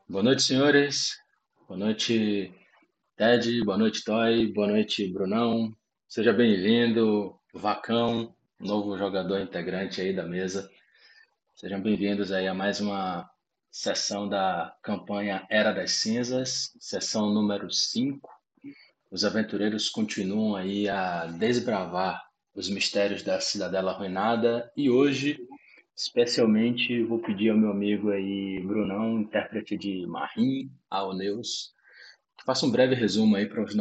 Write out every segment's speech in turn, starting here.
Boa noite, senhores. Boa noite, Ted. Boa noite, Toy. Boa noite, Brunão. Seja bem-vindo, Vacão, novo jogador integrante aí da mesa. Sejam bem-vindos aí a mais uma sessão da campanha Era das Cinzas, sessão número 5. Os aventureiros continuam aí a desbravar os mistérios da Cidadela Arruinada e hoje, especialmente, vou pedir ao meu amigo aí, Brunão, intérprete de Marim, Aoneus, que faça um breve resumo aí para os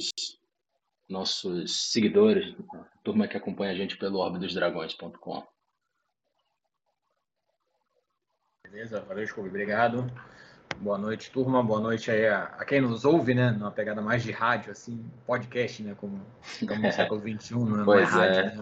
nossos seguidores, a turma que acompanha a gente pelo orbidosdragões.com. Beleza, valeu, Scooby, obrigado. Boa noite, turma. Boa noite aí a quem nos ouve, né? Numa pegada mais de rádio, assim, podcast, né? Como estamos no século XXI, não é Pois rádio, é. né?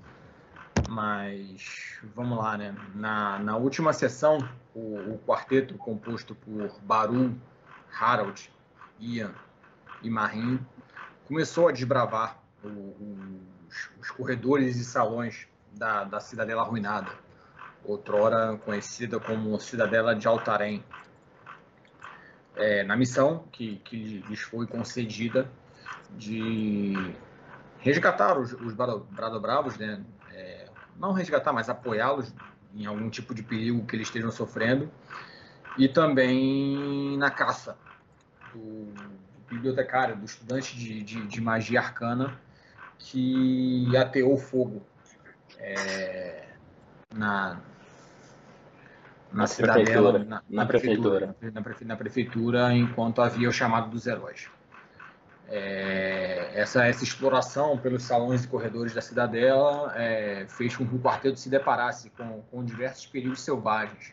Mas vamos lá, né? Na última sessão, o quarteto composto por Baru, Harold, Ian e Marim começou a desbravar os corredores e salões da Cidadela Arruinada, outrora conhecida como Cidadela de Altarém. Na missão que lhes foi concedida de resgatar os Bradobravos, né? Não resgatar, mas apoiá-los em algum tipo de perigo que eles estejam sofrendo, e também na caça do bibliotecário, do estudante de magia arcana que ateou fogo na, na cidadela, Prefeitura. Na prefeitura. na prefeitura, enquanto havia o chamado dos heróis. Essa exploração pelos salões e corredores da cidadela fez com que o quarteto se deparasse com diversos perigos selvagens,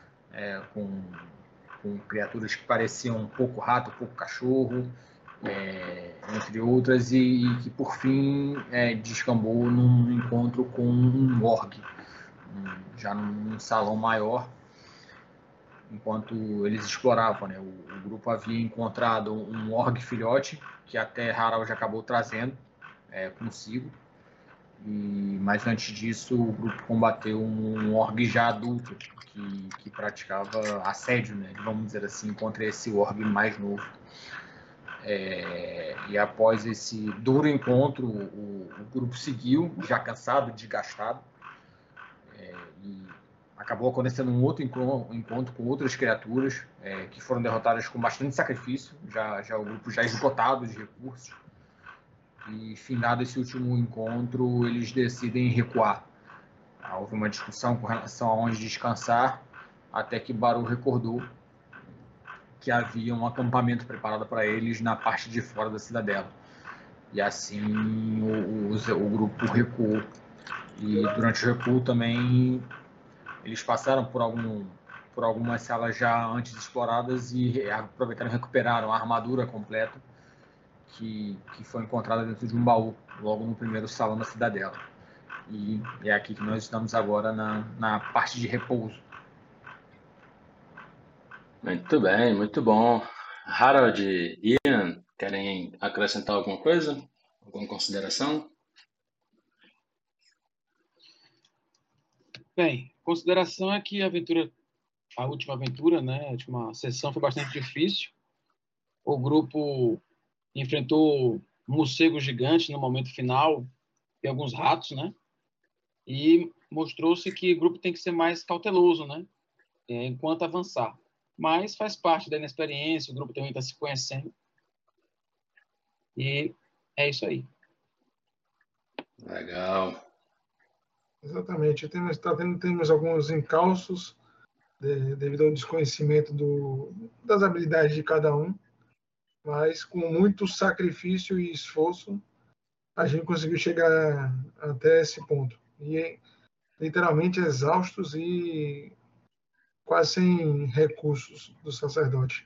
com criaturas que pareciam um pouco rato, um pouco cachorro, entre outras, e que por fim descambou num encontro com um orc, já num salão maior. Enquanto eles exploravam, né? O grupo havia encontrado um orc filhote, que até Harald acabou trazendo consigo. Mas antes disso, o grupo combateu um orc já adulto, que praticava assédio, né? Vamos dizer assim, contra esse orc mais novo. E após esse duro encontro, o grupo seguiu, já cansado, desgastado, e acabou acontecendo um outro encontro com outras criaturas que foram derrotadas com bastante sacrifício, já o grupo já esgotado de recursos. E findado esse último encontro, eles decidem recuar. Houve uma discussão com relação a onde descansar, até que Baru recordou que havia um acampamento preparado para eles na parte de fora da cidadela. E assim o grupo recuou. E durante o recuo também eles passaram por algumas salas já antes exploradas e aproveitaram e recuperaram a armadura completa que foi encontrada dentro de um baú, logo no primeiro salão da cidadela. E é aqui que nós estamos agora na parte de repouso. Muito bem, muito bom. Harold e Ian, querem acrescentar alguma coisa? Alguma consideração? Bem, consideração é que a última aventura, né, a última sessão foi bastante difícil. O grupo enfrentou morcegos gigantes no momento final e alguns ratos, né? E mostrou-se que o grupo tem que ser mais cauteloso, né, enquanto avançar. Mas faz parte da inexperiência, o grupo também está se conhecendo. E é isso aí. Legal. Exatamente. Temos alguns encalços devido ao desconhecimento das habilidades de cada um, mas com muito sacrifício e esforço, a gente conseguiu chegar até esse ponto. E literalmente exaustos e quase sem recursos do sacerdote.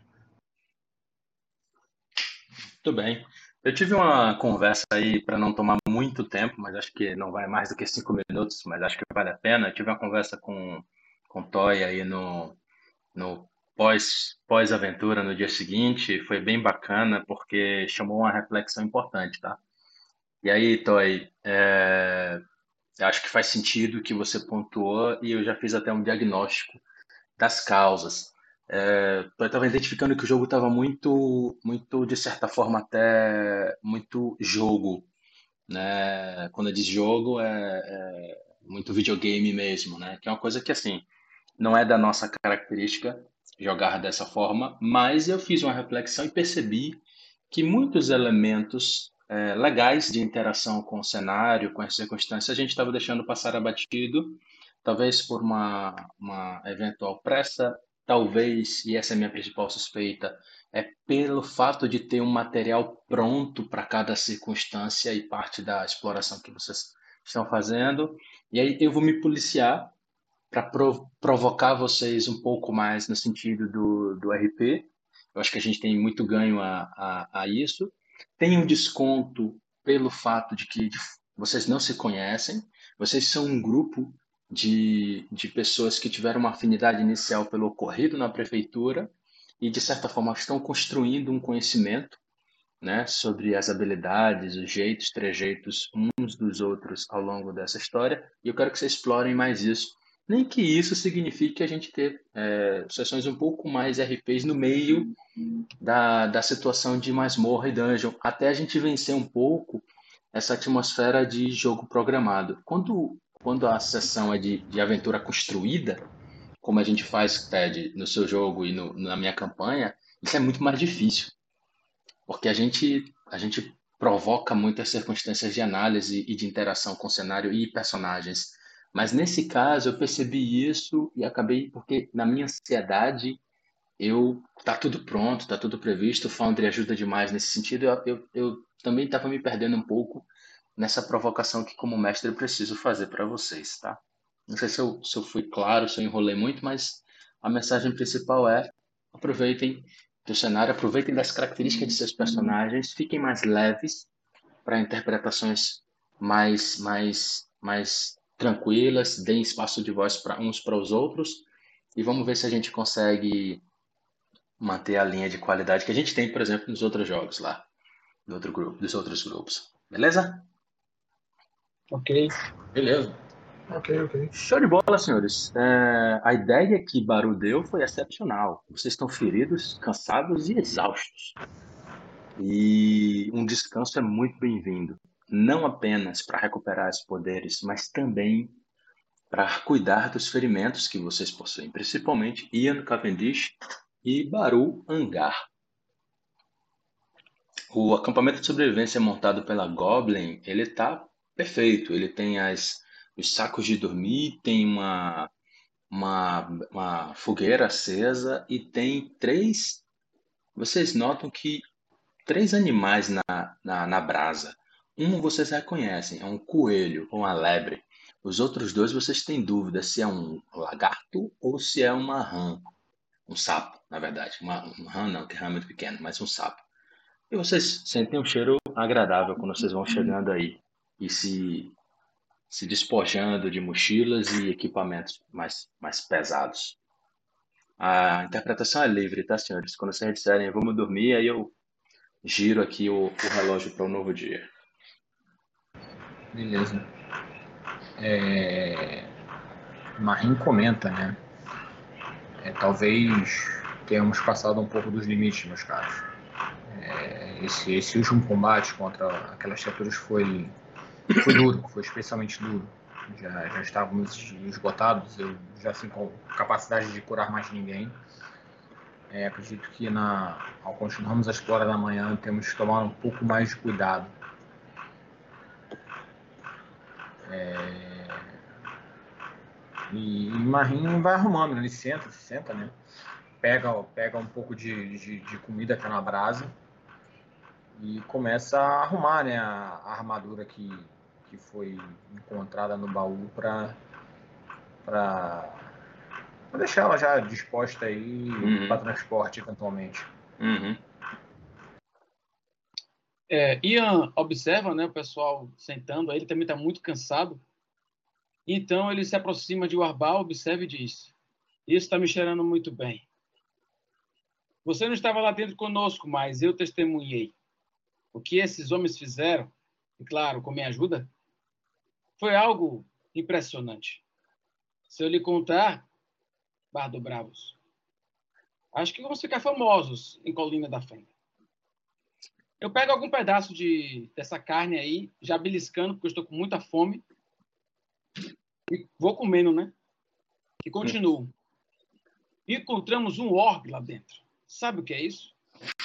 Muito bem. Eu tive uma conversa aí para não tomar muito tempo, mas acho que não vai mais do que 5 minutos, mas acho que vale a pena. Eu tive uma conversa com o Toy aí no pós-aventura no dia seguinte. Foi bem bacana porque chamou uma reflexão importante, tá? E aí, Toy, eu acho que faz sentido o que você pontuou e eu já fiz até um diagnóstico das causas. eu estava identificando que o jogo estava muito, muito, de certa forma, até muito jogo, né? Quando eu diz jogo, é muito videogame mesmo, né? Que é uma coisa que, assim, não é da nossa característica jogar dessa forma, mas eu fiz uma reflexão e percebi que muitos elementos legais de interação com o cenário, com as circunstâncias, a gente estava deixando passar abatido, talvez por uma eventual pressa, talvez, e essa é a minha principal suspeita, é pelo fato de ter um material pronto para cada circunstância e parte da exploração que vocês estão fazendo. E aí eu vou me policiar para provocar vocês um pouco mais no sentido do RP. Eu acho que a gente tem muito ganho a isso. Tem um desconto pelo fato de que vocês não se conhecem, vocês são um grupo de pessoas que tiveram uma afinidade inicial pelo ocorrido na prefeitura e, de certa forma, estão construindo um conhecimento, né, sobre as habilidades, os jeitos, trejeitos uns dos outros ao longo dessa história. E eu quero que vocês explorem mais isso. Nem que isso signifique a gente ter sessões um pouco mais RPs no meio da situação de masmorra e dungeon, até a gente vencer um pouco essa atmosfera de jogo programado. Quando a sessão é de aventura construída, como a gente faz, Ted, no seu jogo e na minha campanha, isso é muito mais difícil, porque a gente provoca muitas circunstâncias de análise e de interação com o cenário e personagens. Mas nesse caso eu percebi isso e acabei, porque na minha ansiedade tá tudo pronto, tá tudo previsto, o Foundry ajuda demais nesse sentido. Eu também estava me perdendo um pouco nessa provocação que, como mestre, eu preciso fazer para vocês, tá? Não sei se eu fui claro, se eu enrolei muito, mas a mensagem principal é: aproveitem do cenário, aproveitem das características de seus personagens, fiquem mais leves para interpretações mais tranquilas, deem espaço de voz para uns para os outros e vamos ver se a gente consegue manter a linha de qualidade que a gente tem, por exemplo, nos outros jogos lá, do outro grupo, dos outros grupos. Beleza? Ok. Beleza. Ok. Show de bola, senhores. A ideia que Baru deu foi excepcional. Vocês estão feridos, cansados e exaustos. E um descanso é muito bem-vindo. Não apenas para recuperar os poderes, mas também para cuidar dos ferimentos que vocês possuem, principalmente Ian Cavendish e Baru Angar. O acampamento de sobrevivência montado pela Goblin, ele tá perfeito. Ele tem os sacos de dormir, tem uma fogueira acesa e tem três. Vocês notam que três animais na brasa. Um vocês reconhecem, é um coelho ou uma lebre. Os outros dois vocês têm dúvida se é um lagarto ou se é uma rã. Um sapo, na verdade. Um rã não, que rã é muito pequeno, mas um sapo. E vocês sentem um cheiro agradável quando vocês vão chegando aí e se despojando de mochilas e equipamentos mais pesados. A interpretação é livre, tá, senhores? Quando vocês disserem vamos dormir, aí eu giro aqui o relógio para um novo dia. Beleza. Marim comenta, né? Talvez tenhamos passado um pouco dos limites, meus caros. Esse último combate contra aquelas criaturas foi duro, foi especialmente duro. Já estávamos esgotados, eu já sem capacidade de curar mais ninguém. Acredito que ao continuarmos a explorar da manhã, temos que tomar um pouco mais de cuidado. E Marim vai arrumando, né? Ele se senta, né? Pega um pouco de comida que tá na brasa e começa a arrumar, né, a armadura que foi encontrada no baú para deixar ela já disposta aí para transporte eventualmente. Ian observa, né, o pessoal sentando, aí ele também está muito cansado. Então ele se aproxima de Warbal, observa e diz: isso está me cheirando muito bem. Você não estava lá dentro conosco, mas eu testemunhei. O que esses homens fizeram, e claro, com minha ajuda, foi algo impressionante. Se eu lhe contar, Bardo Bravos, Acho que vamos ficar famosos em Colina da Fenda. Eu pego algum pedaço dessa carne aí, já beliscando, porque eu estou com muita fome. E vou comendo, né? E continuo. E encontramos um orc lá dentro. Sabe o que é isso?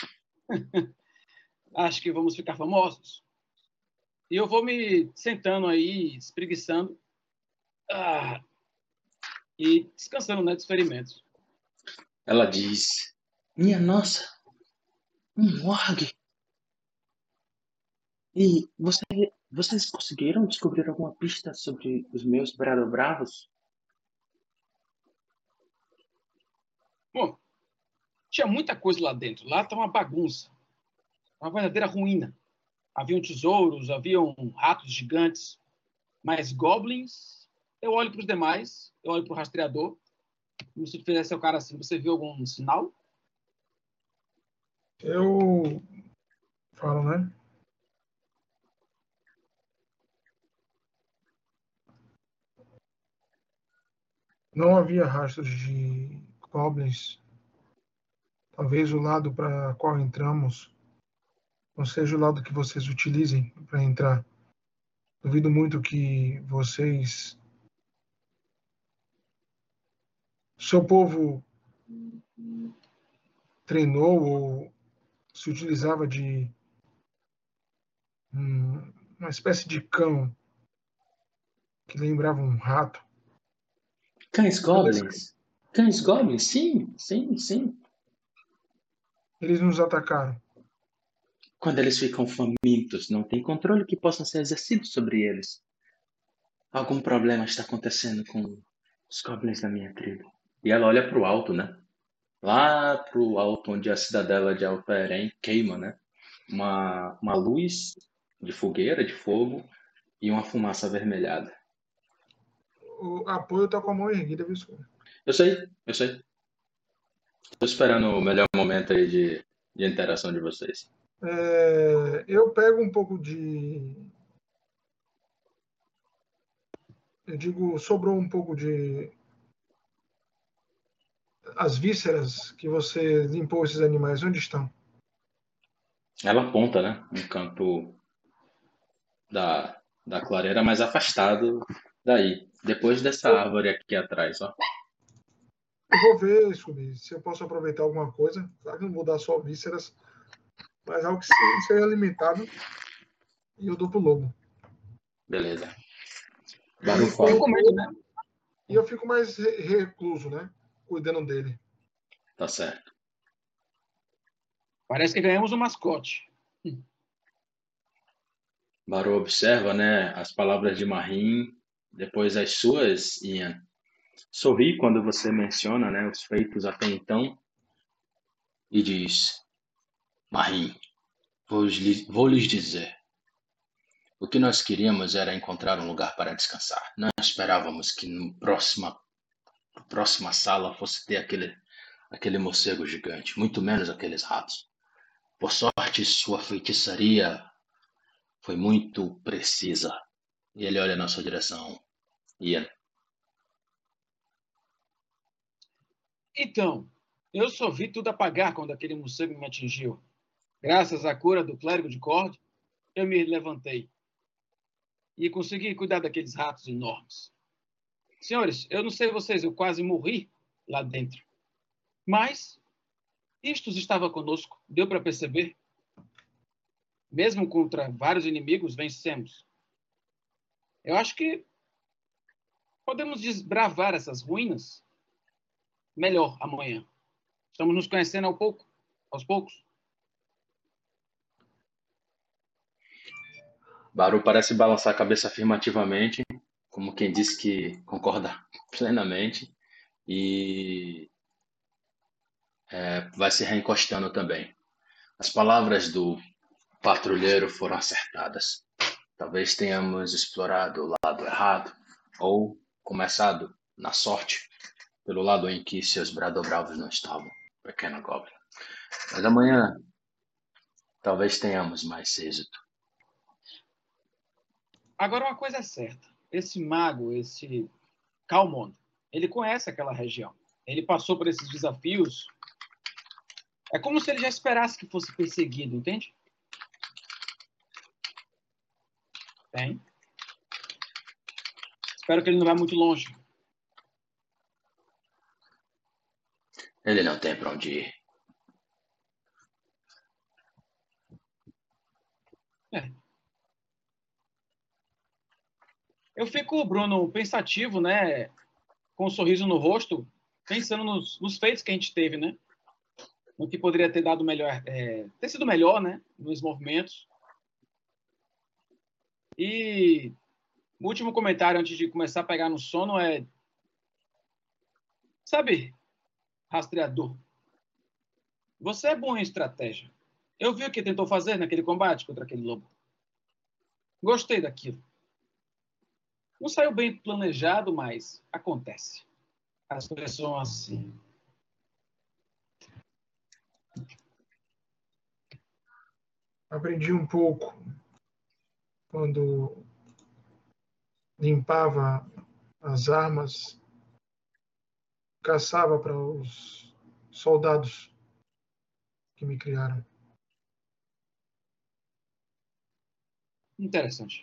Acho que vamos ficar famosos. E eu vou me sentando aí, espreguiçando. E descansando, né, dos ferimentos. Ela diz: Minha nossa, um org! E vocês conseguiram descobrir alguma pista sobre os meus bravos? Bom, tinha muita coisa lá dentro. Lá está uma bagunça. Uma verdadeira ruína. Haviam tesouros, haviam ratos gigantes. Mas goblins, eu olho para os demais, eu olho para o rastreador. Como se fizesse o cara assim, você viu algum sinal? Eu falo, né? Não havia rastros de goblins. Talvez o lado para qual entramos não seja o lado que vocês utilizem para entrar. Duvido muito que vocês, seu povo treinou ou se utilizava de uma espécie de cão que lembrava um rato. Cães goblins? Cães goblins? Sim, sim, sim. Eles nos atacaram. Quando eles ficam famintos, não tem controle que possa ser exercido sobre eles. Algum problema está acontecendo com os goblins da minha tribo. E ela olha pro alto, né? Lá pro alto, onde a cidadela de Altairém queima, né? Uma luz de fogueira, de fogo, e uma fumaça avermelhada. O apoio está com a mão erguida, viu, senhor? Eu sei. Estou esperando o melhor momento aí de interação de vocês. Eu pego um pouco de... Eu digo, sobrou um pouco de... As vísceras que você limpou esses animais, onde estão? Ela aponta, né? Um canto da clareira mais afastado daí. Depois dessa árvore aqui atrás, ó. Eu vou ver, Subi, se eu posso aproveitar alguma coisa. Claro que não vou dar só vísceras, mas algo que seja alimentado. E eu dou pro lobo. Beleza. Eu comento, né? E eu fico mais recluso, né? Cuidando dele. Tá certo. Parece que ganhamos um mascote. Baru observa, né, as palavras de Marim, depois as suas, Ian. Sorri quando você menciona, né, os feitos até então e diz: Marim, vou lhes dizer. O que nós queríamos era encontrar um lugar para descansar. Não esperávamos que na próxima sala fosse ter aquele morcego gigante, muito menos aqueles ratos. Por sorte, sua feitiçaria foi muito precisa. E ele olha na sua direção. Ian. Então, eu só vi tudo apagar quando aquele morcego me atingiu. Graças à cura do clérigo de Cord, eu me levantei e consegui cuidar daqueles ratos enormes. Senhores, eu não sei vocês, eu quase morri lá dentro. Mas isto estava conosco, deu para perceber. Mesmo contra vários inimigos, vencemos. Eu acho que podemos desbravar essas ruínas melhor amanhã. Estamos nos conhecendo aos poucos. Baru parece balançar a cabeça afirmativamente, como quem diz que concorda plenamente, e vai se reencostando também. As palavras do patrulheiro foram acertadas. Talvez tenhamos explorado o lado errado, ou começado, na sorte, pelo lado em que seus bradobravos não estavam, pequeno Goblin. Mas amanhã, talvez tenhamos mais êxito. Agora, uma coisa é certa. Esse mago, esse Calmon, ele conhece aquela região. Ele passou por esses desafios É como se ele já esperasse que fosse perseguido, entende? Tem. Espero que ele não vá muito longe. Ele não tem para onde ir. Eu fico, Bruno, pensativo, né? Com um sorriso no rosto, pensando nos feitos que a gente teve, né? No que poderia ter dado melhor, ter sido melhor, né? Nos movimentos. E o último comentário antes de começar a pegar no sono é, sabe, rastreador, você é bom em estratégia. Eu vi o que tentou fazer naquele combate contra aquele lobo. Gostei daquilo. Não saiu bem planejado, mas acontece. As coisas são assim. Aprendi um pouco quando limpava as armas, caçava para os soldados que me criaram. Interessante.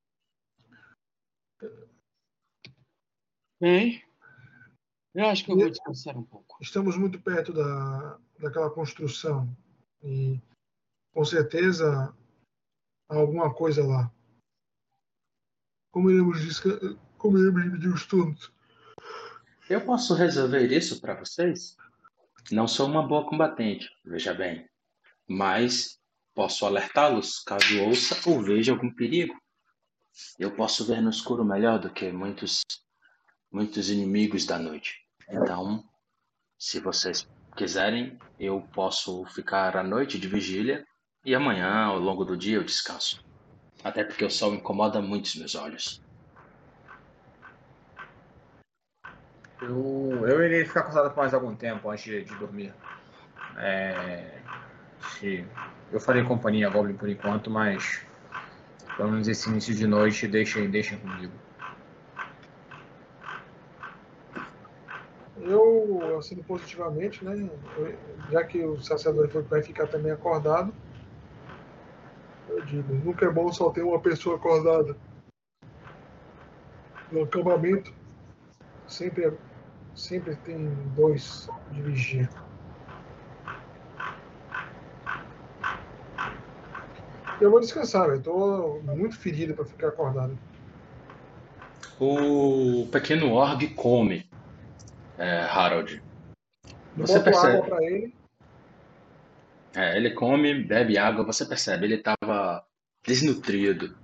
Bem, eu acho que eu vou descansar um pouco. Estamos muito perto daquela construção e com certeza há alguma coisa lá. Como iremos dividir os turnos? Eu posso resolver isso para vocês? Não sou uma boa combatente, veja bem, mas posso alertá-los caso ouça ou veja algum perigo. Eu posso ver no escuro melhor do que muitos inimigos da noite. Então, se vocês quiserem, eu posso ficar à noite de vigília e amanhã, ao longo do dia, eu descanso. Até porque o sol incomoda muito os meus olhos. Eu irei ficar acordado por mais algum tempo antes de dormir. Eu farei companhia a Goblin por enquanto, mas pelo menos esse início de noite deixem comigo. Eu assino positivamente, né? Já que o sacerdote falou que vai ficar também acordado, eu digo, nunca é bom só ter uma pessoa acordada. No acampamento, sempre tem dois de vigia. Eu vou descansar, eu tô muito ferido para ficar acordado. O pequeno orc come, Harold. Eu Você boto água percebe? para ele. Ele come, bebe água, você percebe, ele estava desnutrido.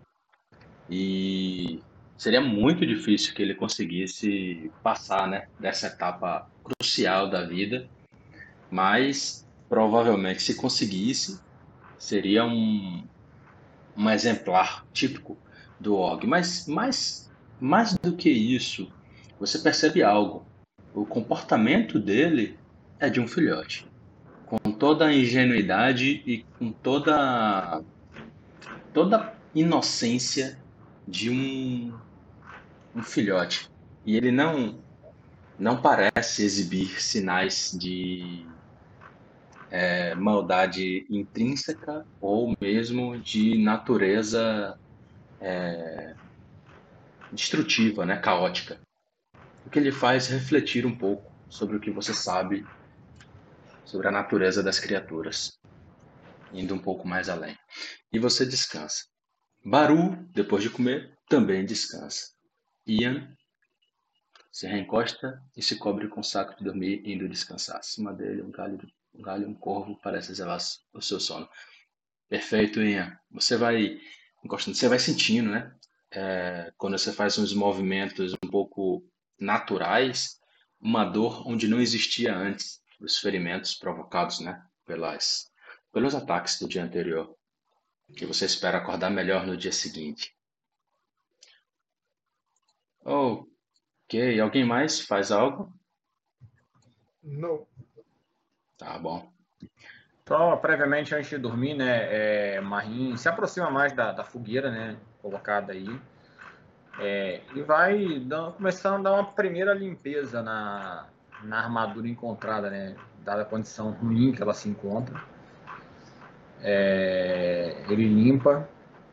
E seria muito difícil que ele conseguisse passar, né, dessa etapa crucial da vida, mas provavelmente se conseguisse, seria um exemplar típico do org. Mas mais do que isso, você percebe algo. O comportamento dele é de um filhote, com toda a ingenuidade e com toda a inocência de um filhote. E ele não parece exibir sinais de maldade intrínseca ou mesmo de natureza destrutiva, né, caótica. O que ele faz refletir um pouco sobre o que você sabe sobre a natureza das criaturas, indo um pouco mais além. E você descansa. Baru, depois de comer, também descansa. Ian se reencosta e se cobre com o saco de dormir, indo descansar. Acima dele, um galho, um corvo parece zelar o seu sono. Perfeito, Ian. Você vai encostando, você vai sentindo, né? Quando você faz uns movimentos um pouco naturais, uma dor onde não existia antes, os ferimentos provocados, né? Pelos ataques do dia anterior, que você espera acordar melhor no dia seguinte. Ok, alguém mais faz algo? Não. Tá bom. Só previamente, antes de dormir, né, Marim se aproxima mais da fogueira, né, colocada aí, e vai começando a dar uma primeira limpeza na armadura encontrada, né, dada a condição ruim que ela se encontra. Ele limpa,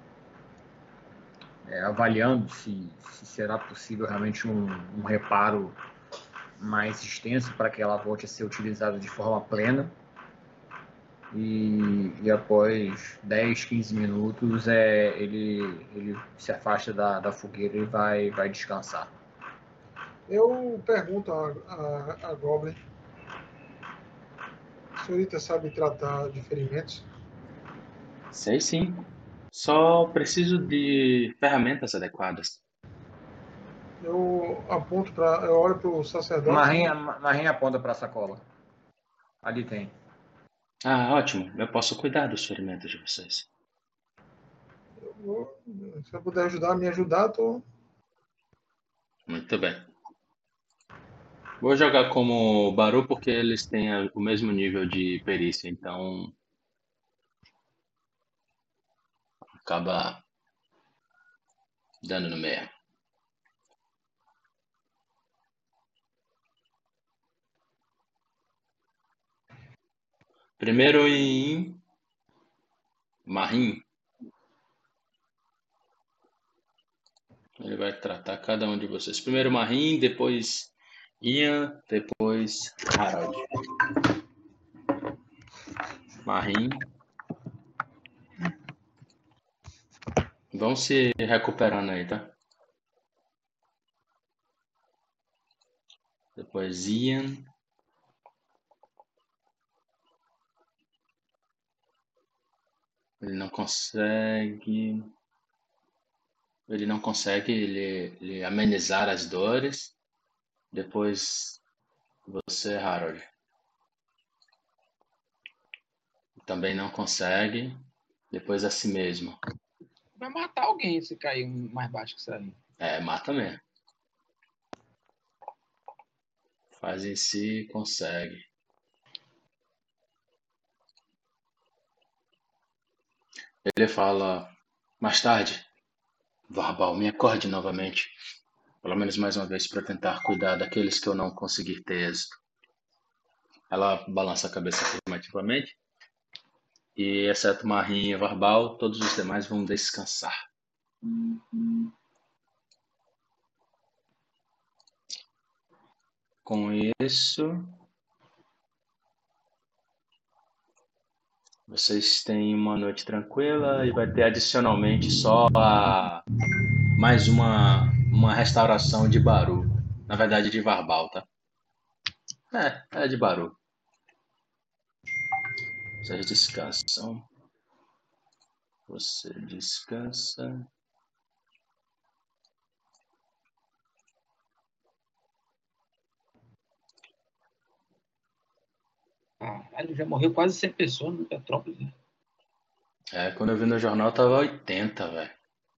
avaliando se será possível realmente um reparo mais extenso para que ela volte a ser utilizada de forma plena. E após 10, 15 minutos, ele se afasta da fogueira e vai descansar. Eu pergunto a Goblin. A senhorita sabe tratar de ferimentos? Sei sim. Só preciso de ferramentas adequadas. Eu aponto para. Eu olho para o sacerdote. Marrinha aponta para a sacola. Ali tem. Ah, ótimo. Eu posso cuidar dos ferimentos de vocês. Se eu puder me ajudar, tô. Muito bem. Vou jogar como Baru porque eles têm o mesmo nível de perícia, então acaba dando no mesmo. Primeiro em Marim. Ele vai tratar cada um de vocês. Primeiro Marim, depois Ian, depois Harald. Marim. Vão se recuperando aí, tá? Depois Ian. Ele não consegue. Ele amenizar as dores. Depois você, Harold. Também não consegue. Depois a si mesmo. Vai matar alguém se cair mais baixo que isso aí. Mata mesmo. Faz em si, consegue. Ele fala, mais tarde, Varbal, me acorde novamente. Pelo menos mais uma vez para tentar cuidar daqueles que eu não conseguir ter êxito. Ela balança a cabeça afirmativamente. E exceto Marim e Varbal, todos os demais vão descansar. Com isso, vocês têm uma noite tranquila e vai ter adicionalmente só mais uma restauração de Baru. Na verdade, de Varbal, tá? É de Baru. Vocês descansam. Você descansa. Caralho, já morreu quase 100 pessoas no Petrópolis. Né? Quando eu vi no jornal tava 80, velho.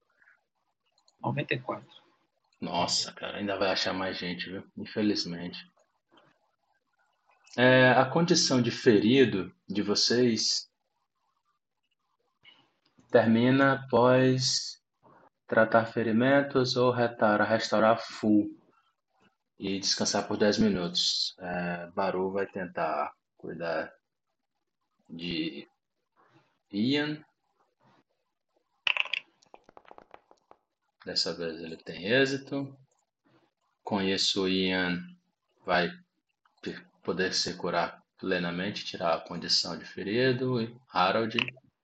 94. Nossa, cara, ainda vai achar mais gente, viu? Infelizmente. A condição de ferido de vocês termina após tratar ferimentos ou restaurar full e descansar por 10 minutos. Baru vai tentar cuidar de Ian. Dessa vez ele tem êxito. Com isso, o Ian vai poder se curar plenamente, tirar a condição de ferido. E Harold.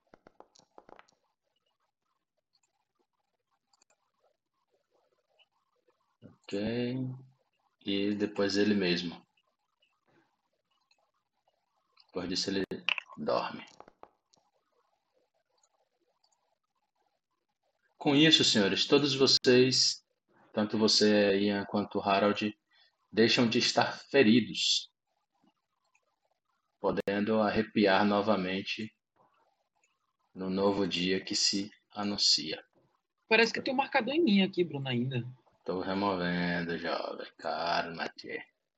Ok. E depois ele mesmo. Depois disso ele dorme. Com isso, senhores, todos vocês, tanto você, Ian, quanto Harold, deixam de estar feridos, podendo arrepiar novamente no novo dia que se anuncia. Parece que tem um marcador em mim aqui, Bruno, ainda. Estou removendo, jovem. Calma-te.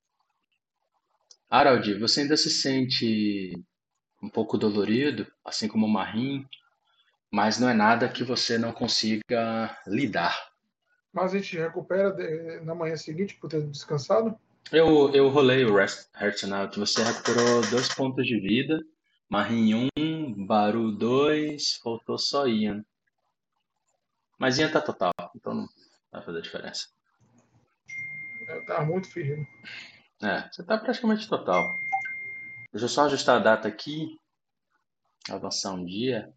Harold, você ainda se sente um pouco dolorido, assim como o Marim, mas não é nada que você não consiga lidar. Mas a gente recupera na manhã seguinte por ter descansado? Eu rolei o Hearts Out. Você recuperou 2 pontos de vida. Marin 1, Baru 2, faltou só Ian. Mas Ian tá total, então não vai fazer diferença. Eu tava muito firme. Você tá praticamente total. Deixa eu só ajustar a data aqui. Avançar um dia.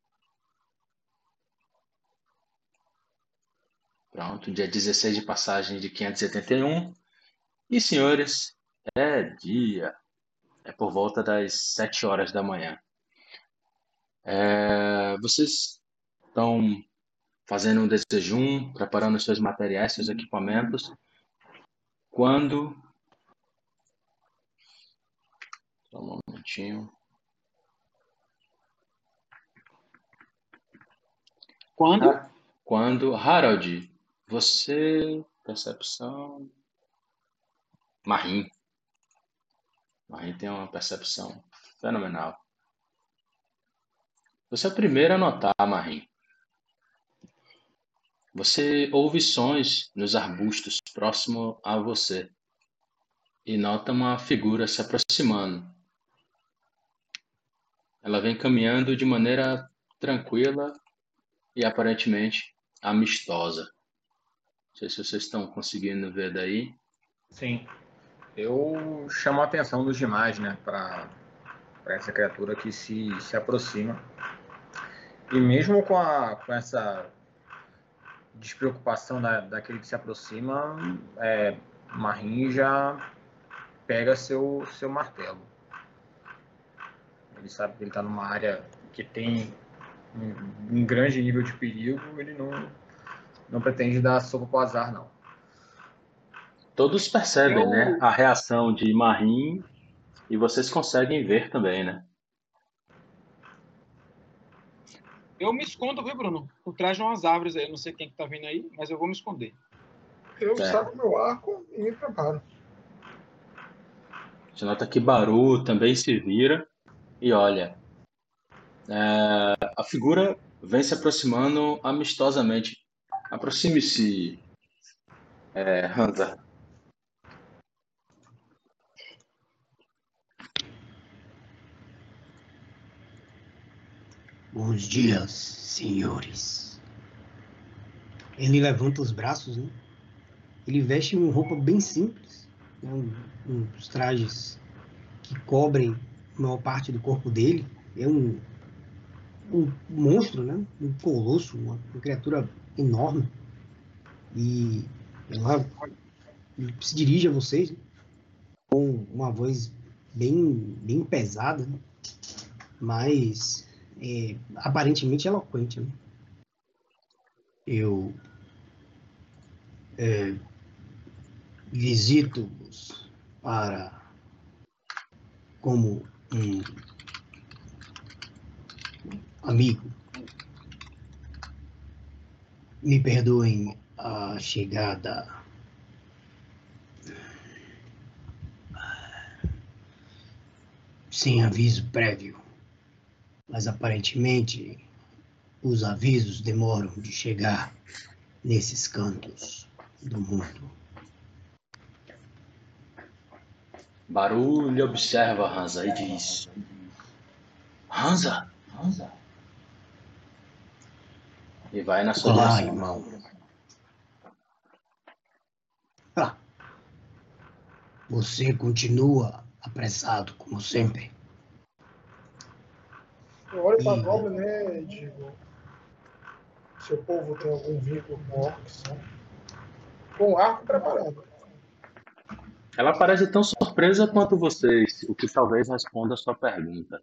Pronto, dia 16 de passagem de 571. E senhores, é dia. É por volta das 7 horas da manhã. Vocês estão fazendo um desjejum, preparando os seus materiais, seus equipamentos. Quando... Só um momentinho. Quando... Harold, você... Percepção... Marin tem uma percepção fenomenal. Você é o primeiro a notar, Marin. Você ouve sons nos arbustos próximo a você e nota uma figura se aproximando. Ela vem caminhando de maneira tranquila e aparentemente amistosa. Não sei se vocês estão conseguindo ver daí. Sim. Eu chamo a atenção dos demais, né, para essa criatura que se aproxima. E mesmo com essa despreocupação daquele que se aproxima, Marin já pega seu martelo. Ele sabe que ele está numa área que tem um grande nível de perigo, ele não pretende dar sopa pro azar, não. Todos percebem, né, a reação de Marin e vocês conseguem ver também, né? Eu me escondo, viu, Bruno? Por trás de umas árvores aí. Eu não sei quem que tá vindo aí, mas eu vou me esconder. Eu saco meu arco e me preparo. Você nota que Baru também se vira e olha. A figura vem se aproximando amistosamente. Aproxime-se, Hansa. Bons dias, senhores. Ele levanta os braços, né? Ele veste uma roupa bem simples, né? Uns trajes que cobrem a maior parte do corpo dele. É um monstro, né? Um colosso, uma criatura enorme. E ela se dirige a vocês, né? Com uma voz bem pesada, né? Mas aparentemente eloquente, né? Eu visito-os como um amigo. Me perdoem a chegada sem aviso prévio, mas aparentemente os avisos demoram de chegar nesses cantos do mundo. Baru lhe observa Hansa e diz: Hansa? E vai na sua Olá, direção. irmão. Você continua apressado, como sempre. Eu olho para a Goblin, né, e digo: seu povo tem algum vínculo com orcs, né? Com o arco preparado. Ela parece tão surpresa quanto vocês, o que talvez responda a sua pergunta.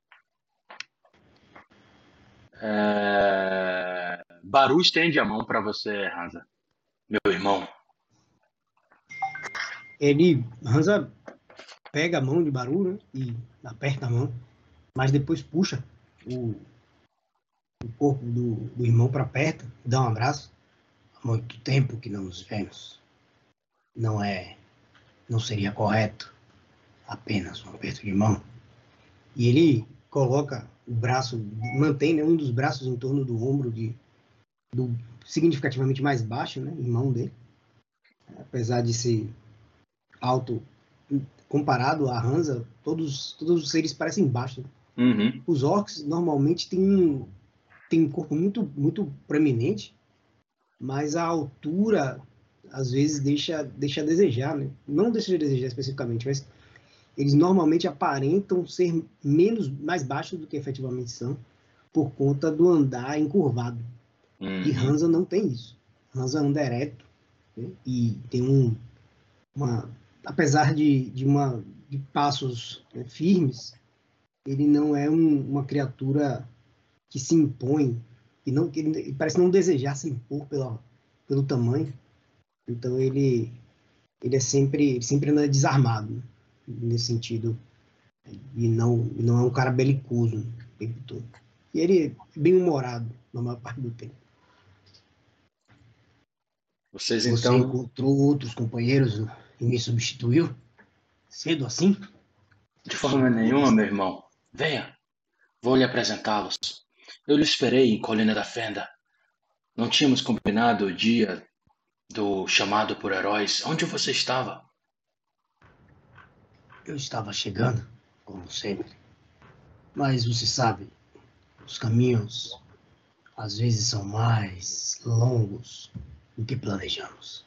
Baru estende a mão para você, Hansa. Meu irmão. Hansa pega a mão de Baru, né, e aperta a mão, mas depois puxa o corpo do irmão para perto, dá um abraço. Há muito tempo que não nos vemos. Não seria correto apenas um aperto de mão. E ele coloca o braço, mantém, né, um dos braços em torno do ombro do significativamente mais baixo, né, irmão dele. Apesar de ser alto comparado a Hansa, todos os seres parecem baixos. Uhum. Os orcs normalmente têm um corpo muito proeminente, mas a altura às vezes deixa a desejar, né? Não deixa a desejar especificamente, mas eles normalmente aparentam ser mais baixos do que efetivamente são, por conta do andar encurvado. E Hansa não tem isso. Hansa anda ereto, né? E tem apesar de passos, né, firmes, ele não é uma criatura que se impõe, que ele parece não desejar se impor pelo tamanho. Então ele sempre anda desarmado, né, nesse sentido, e não é um cara belicoso, né, o tempo todo. E ele é bem humorado na maior parte do tempo. Vocês Você então. encontrou outros companheiros e me substituiu cedo assim? De forma nenhuma, meu irmão. Venha, vou lhe apresentá-los. Eu lhe esperei em Colina da Fenda. Não tínhamos combinado o dia do chamado por heróis. Onde você estava? Eu estava chegando, como sempre. Mas você sabe, os caminhos às vezes são mais longos do que planejamos.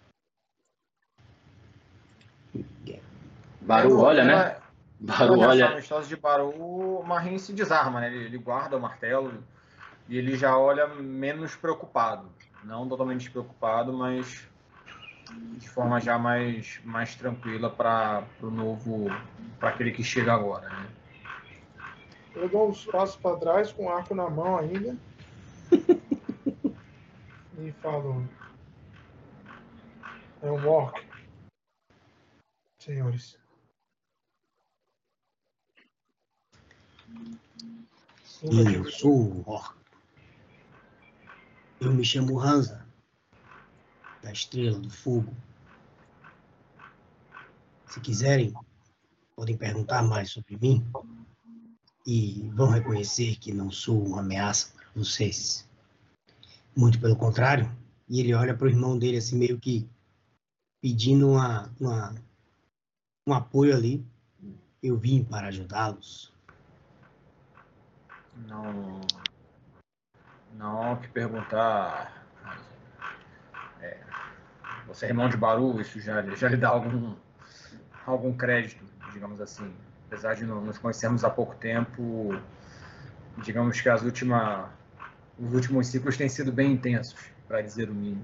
Baru olha, né? Baru Pela reação olha. amistosa de Baru, o Marin se desarma, né? Ele guarda o martelo e ele já olha menos preocupado. Não totalmente despreocupado, mas de forma já mais tranquila para o novo, para aquele que chega agora, né? Eu dou uns passos para trás com o arco na mão ainda. E falo: é um orc, senhores. Sim, eu sou o orc. Eu me chamo Hansa, da Estrela do Fogo. Se quiserem, podem perguntar mais sobre mim e vão reconhecer que não sou uma ameaça para vocês. Muito pelo contrário. E ele olha para o irmão dele assim, meio que pedindo um apoio ali. Eu vim para ajudá-los. Não há o que perguntar. Você é irmão de Baru, isso já lhe dá algum crédito, digamos assim. Apesar de nos conhecermos há pouco tempo, digamos que os últimos ciclos têm sido bem intensos, para dizer o mínimo.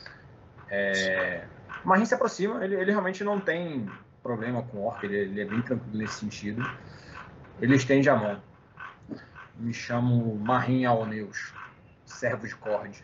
O Marin se aproxima, ele realmente não tem problema com o orc, ele é bem tranquilo nesse sentido. Ele estende a mão. Me chamo Marin Aoneus, servo de Cord.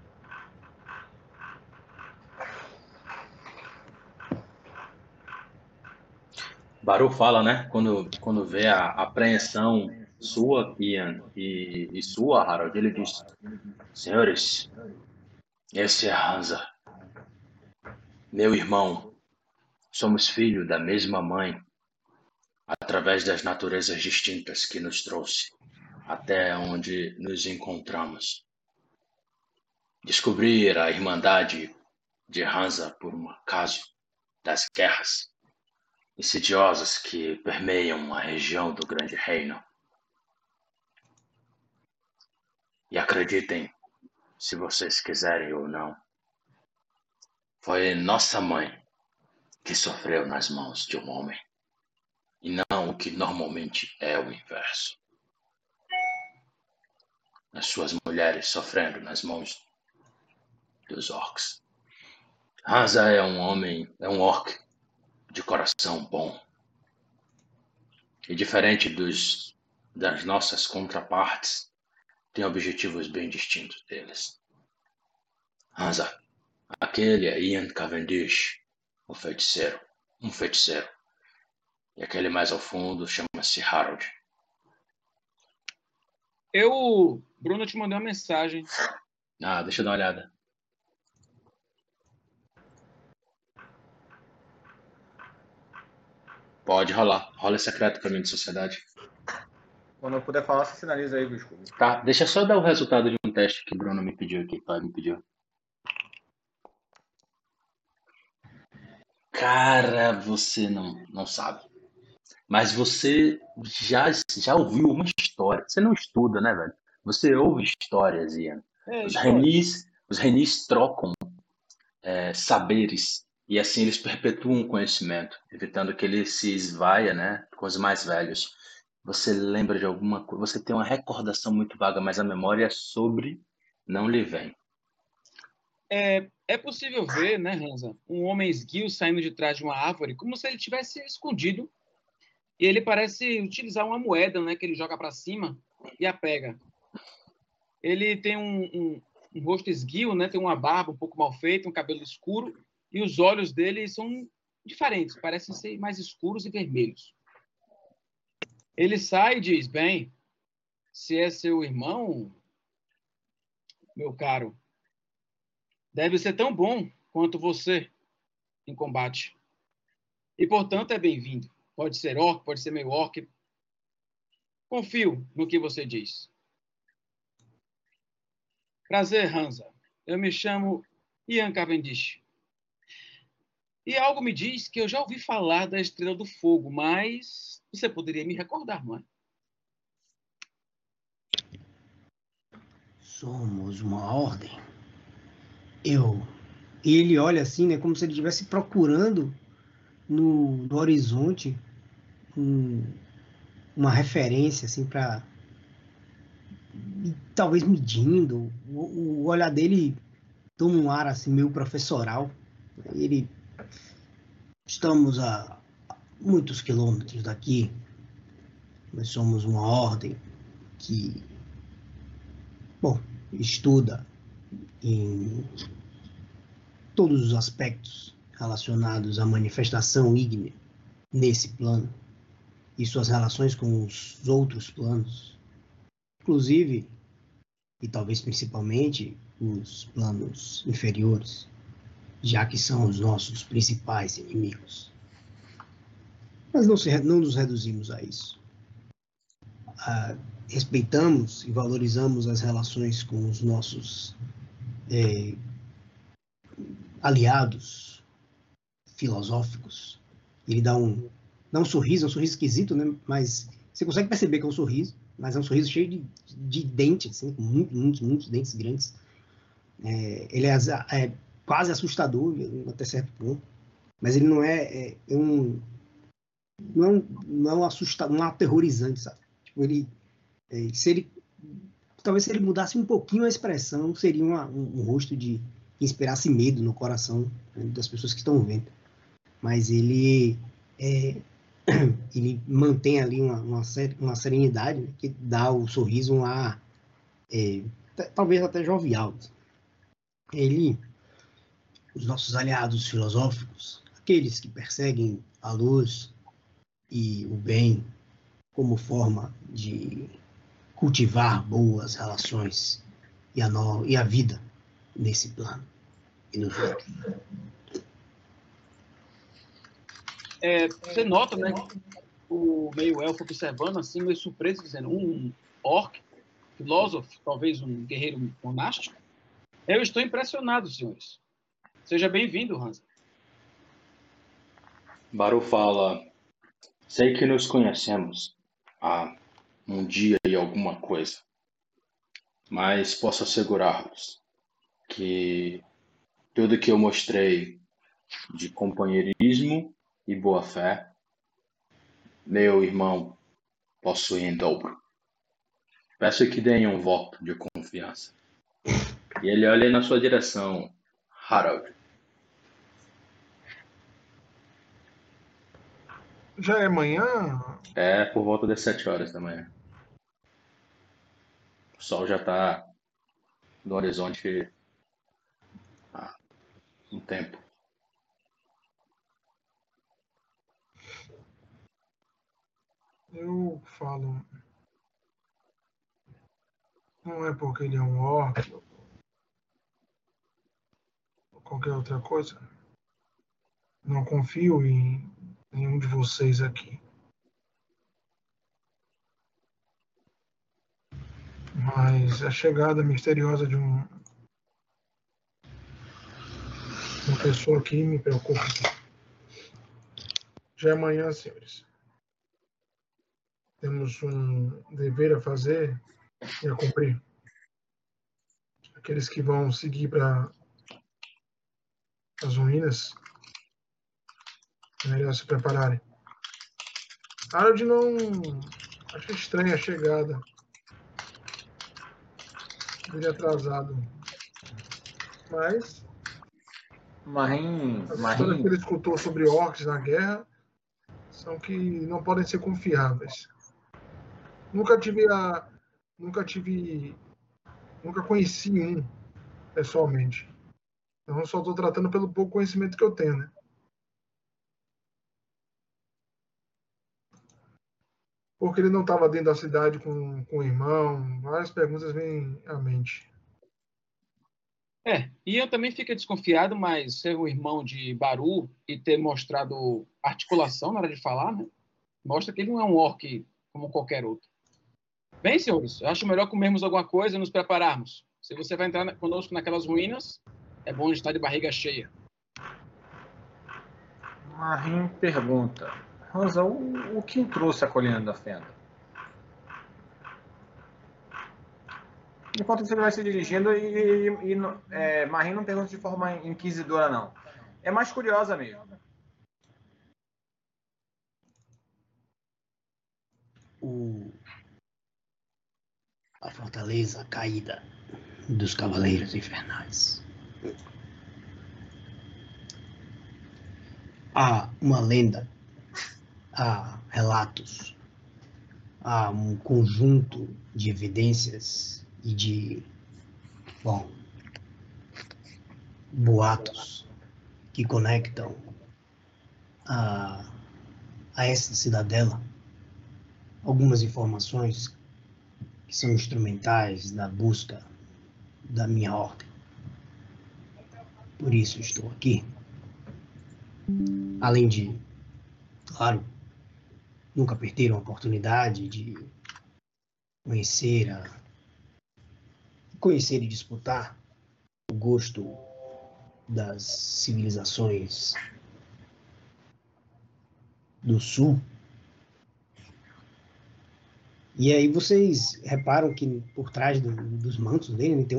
Baru fala, né? Quando vê a apreensão sua, Ian, e sua, Harold, ele diz: Senhores, esse é Hansa, meu irmão. Somos filhos da mesma mãe, através das naturezas distintas que nos trouxe até onde nos encontramos. Descobrir a irmandade de Hansa por um acaso das guerras insidiosas que permeiam a região do Grande Reino. E acreditem, se vocês quiserem ou não, foi nossa mãe que sofreu nas mãos de um homem, e não o que normalmente é o inverso. As suas mulheres sofrendo nas mãos dos orcs. Hansa é um orc de coração bom. E diferente das nossas contrapartes, tem objetivos bem distintos deles. Hansa, aquele é Ian Cavendish, um feiticeiro. E aquele mais ao fundo chama-se Harold. Bruno, te mandei uma mensagem. Deixa eu dar uma olhada. Pode rolar. Rola secreto pra mim de sociedade. Quando eu puder falar, você sinaliza aí, Visco. Tá, deixa eu só dar o resultado de um teste que o Bruno me pediu aqui, pai me pediu. Cara, você não sabe. Mas você já ouviu uma história. Você não estuda, né, velho? Você ouve histórias, Ian. Os História. renis trocam saberes e assim eles perpetuam o conhecimento, evitando que ele se esvaia, né, com os mais velhos. Você lembra de alguma coisa? Você tem uma recordação muito vaga, mas a memória sobre não lhe vem. É possível ver, né, Hansa, um homem esguio saindo de trás de uma árvore, como se ele tivesse escondido. E ele parece utilizar uma moeda, né, que ele joga para cima e a pega. Ele tem um rosto esguio, né, tem uma barba um pouco mal feita, um cabelo escuro, e os olhos dele são diferentes, parecem ser mais escuros e vermelhos. Ele sai e diz: bem, se é seu irmão, meu caro, deve ser tão bom quanto você em combate. E, portanto, é bem-vindo. Pode ser orc, pode ser meio orc. Confio no que você diz. Prazer, Hansa. Eu me chamo Ian Cavendish. E algo me diz que eu já ouvi falar da Estrela do Fogo, mas você poderia me recordar, não é? Somos uma ordem. E ele olha assim, né, como se ele estivesse procurando no horizonte uma referência, assim, para talvez medindo. O olhar dele toma um ar assim meio professoral. Ele estamos a muitos quilômetros daqui. Nós somos uma ordem que, bom, estuda em todos os aspectos relacionados à manifestação ígnea nesse plano e suas relações com os outros planos, inclusive e talvez principalmente os planos inferiores, já que são os nossos principais inimigos. Mas não nos reduzimos a isso. Respeitamos e valorizamos as relações com os nossos aliados filosóficos. Ele dá um sorriso, é um sorriso esquisito, né? Mas você consegue perceber que é um sorriso, mas é um sorriso cheio de dentes, assim, com muitos dentes grandes. Ele é quase assustador até certo ponto, mas ele não é assustador, não é aterrorizante, sabe? Tipo, talvez se ele mudasse um pouquinho a expressão, seria um rosto que inspirasse medo no coração, né, das pessoas que estão vendo. Mas ele mantém ali uma serenidade, né, que dá ao sorriso um ar talvez até jovial. Os nossos aliados filosóficos, aqueles que perseguem a luz e o bem como forma de cultivar boas relações e a vida nesse plano e nos outros. Você nota, né, o meio-elfo observando, assim, meio surpreso, dizendo, um orc, filósofo, talvez um guerreiro monástico? Eu estou impressionado, senhores. Seja bem-vindo, Hansa. Baru fala: sei que nos conhecemos há um dia e alguma coisa, mas posso assegurar-vos que tudo que eu mostrei de companheirismo e boa-fé, meu irmão possui em dobro. Peço que deem um voto de confiança. E ele olha na sua direção, Harold. Já é manhã? É por volta das 7 horas da manhã. O sol já está no horizonte há um tempo. Eu falo. Não é porque ele é um orc ou qualquer outra coisa. Não confio em nenhum de vocês aqui. Mas a chegada misteriosa de uma pessoa aqui me preocupa. Já é amanhã, senhores. Temos um dever a fazer e a cumprir. Aqueles que vão seguir para as ruínas, é melhor se prepararem. Harold não acha estranha a chegada dele atrasado. Mas as histórias que ele escutou sobre orcs na guerra são que não podem ser confiáveis. Nunca conheci um pessoalmente. Então eu só estou tratando pelo pouco conhecimento que eu tenho, né? Porque ele não estava dentro da cidade com o irmão. Várias perguntas vêm à mente. E eu também fico desconfiado, mas ser o irmão de Baru e ter mostrado articulação na hora de falar, né? Mostra que ele não é um orc como qualquer outro. Bem, senhores, eu acho melhor comermos alguma coisa e nos prepararmos. Se você vai entrar conosco naquelas ruínas, é bom estar de barriga cheia. Marim pergunta: Rosa, o que trouxe a colina da fenda? Enquanto você vai se dirigindo, Marim não pergunta de forma inquisidora, não. É mais curiosa mesmo. A fortaleza caída dos Cavaleiros Infernais. Há uma lenda, há relatos, há um conjunto de evidências e de, boatos que conectam a essa cidadela algumas informações que são instrumentais na busca da minha ordem. Por isso estou aqui. Além de, claro, nunca perder a oportunidade de conhecer e disputar o gosto das civilizações do sul. E aí vocês reparam que por trás dos mantos dele, né, tem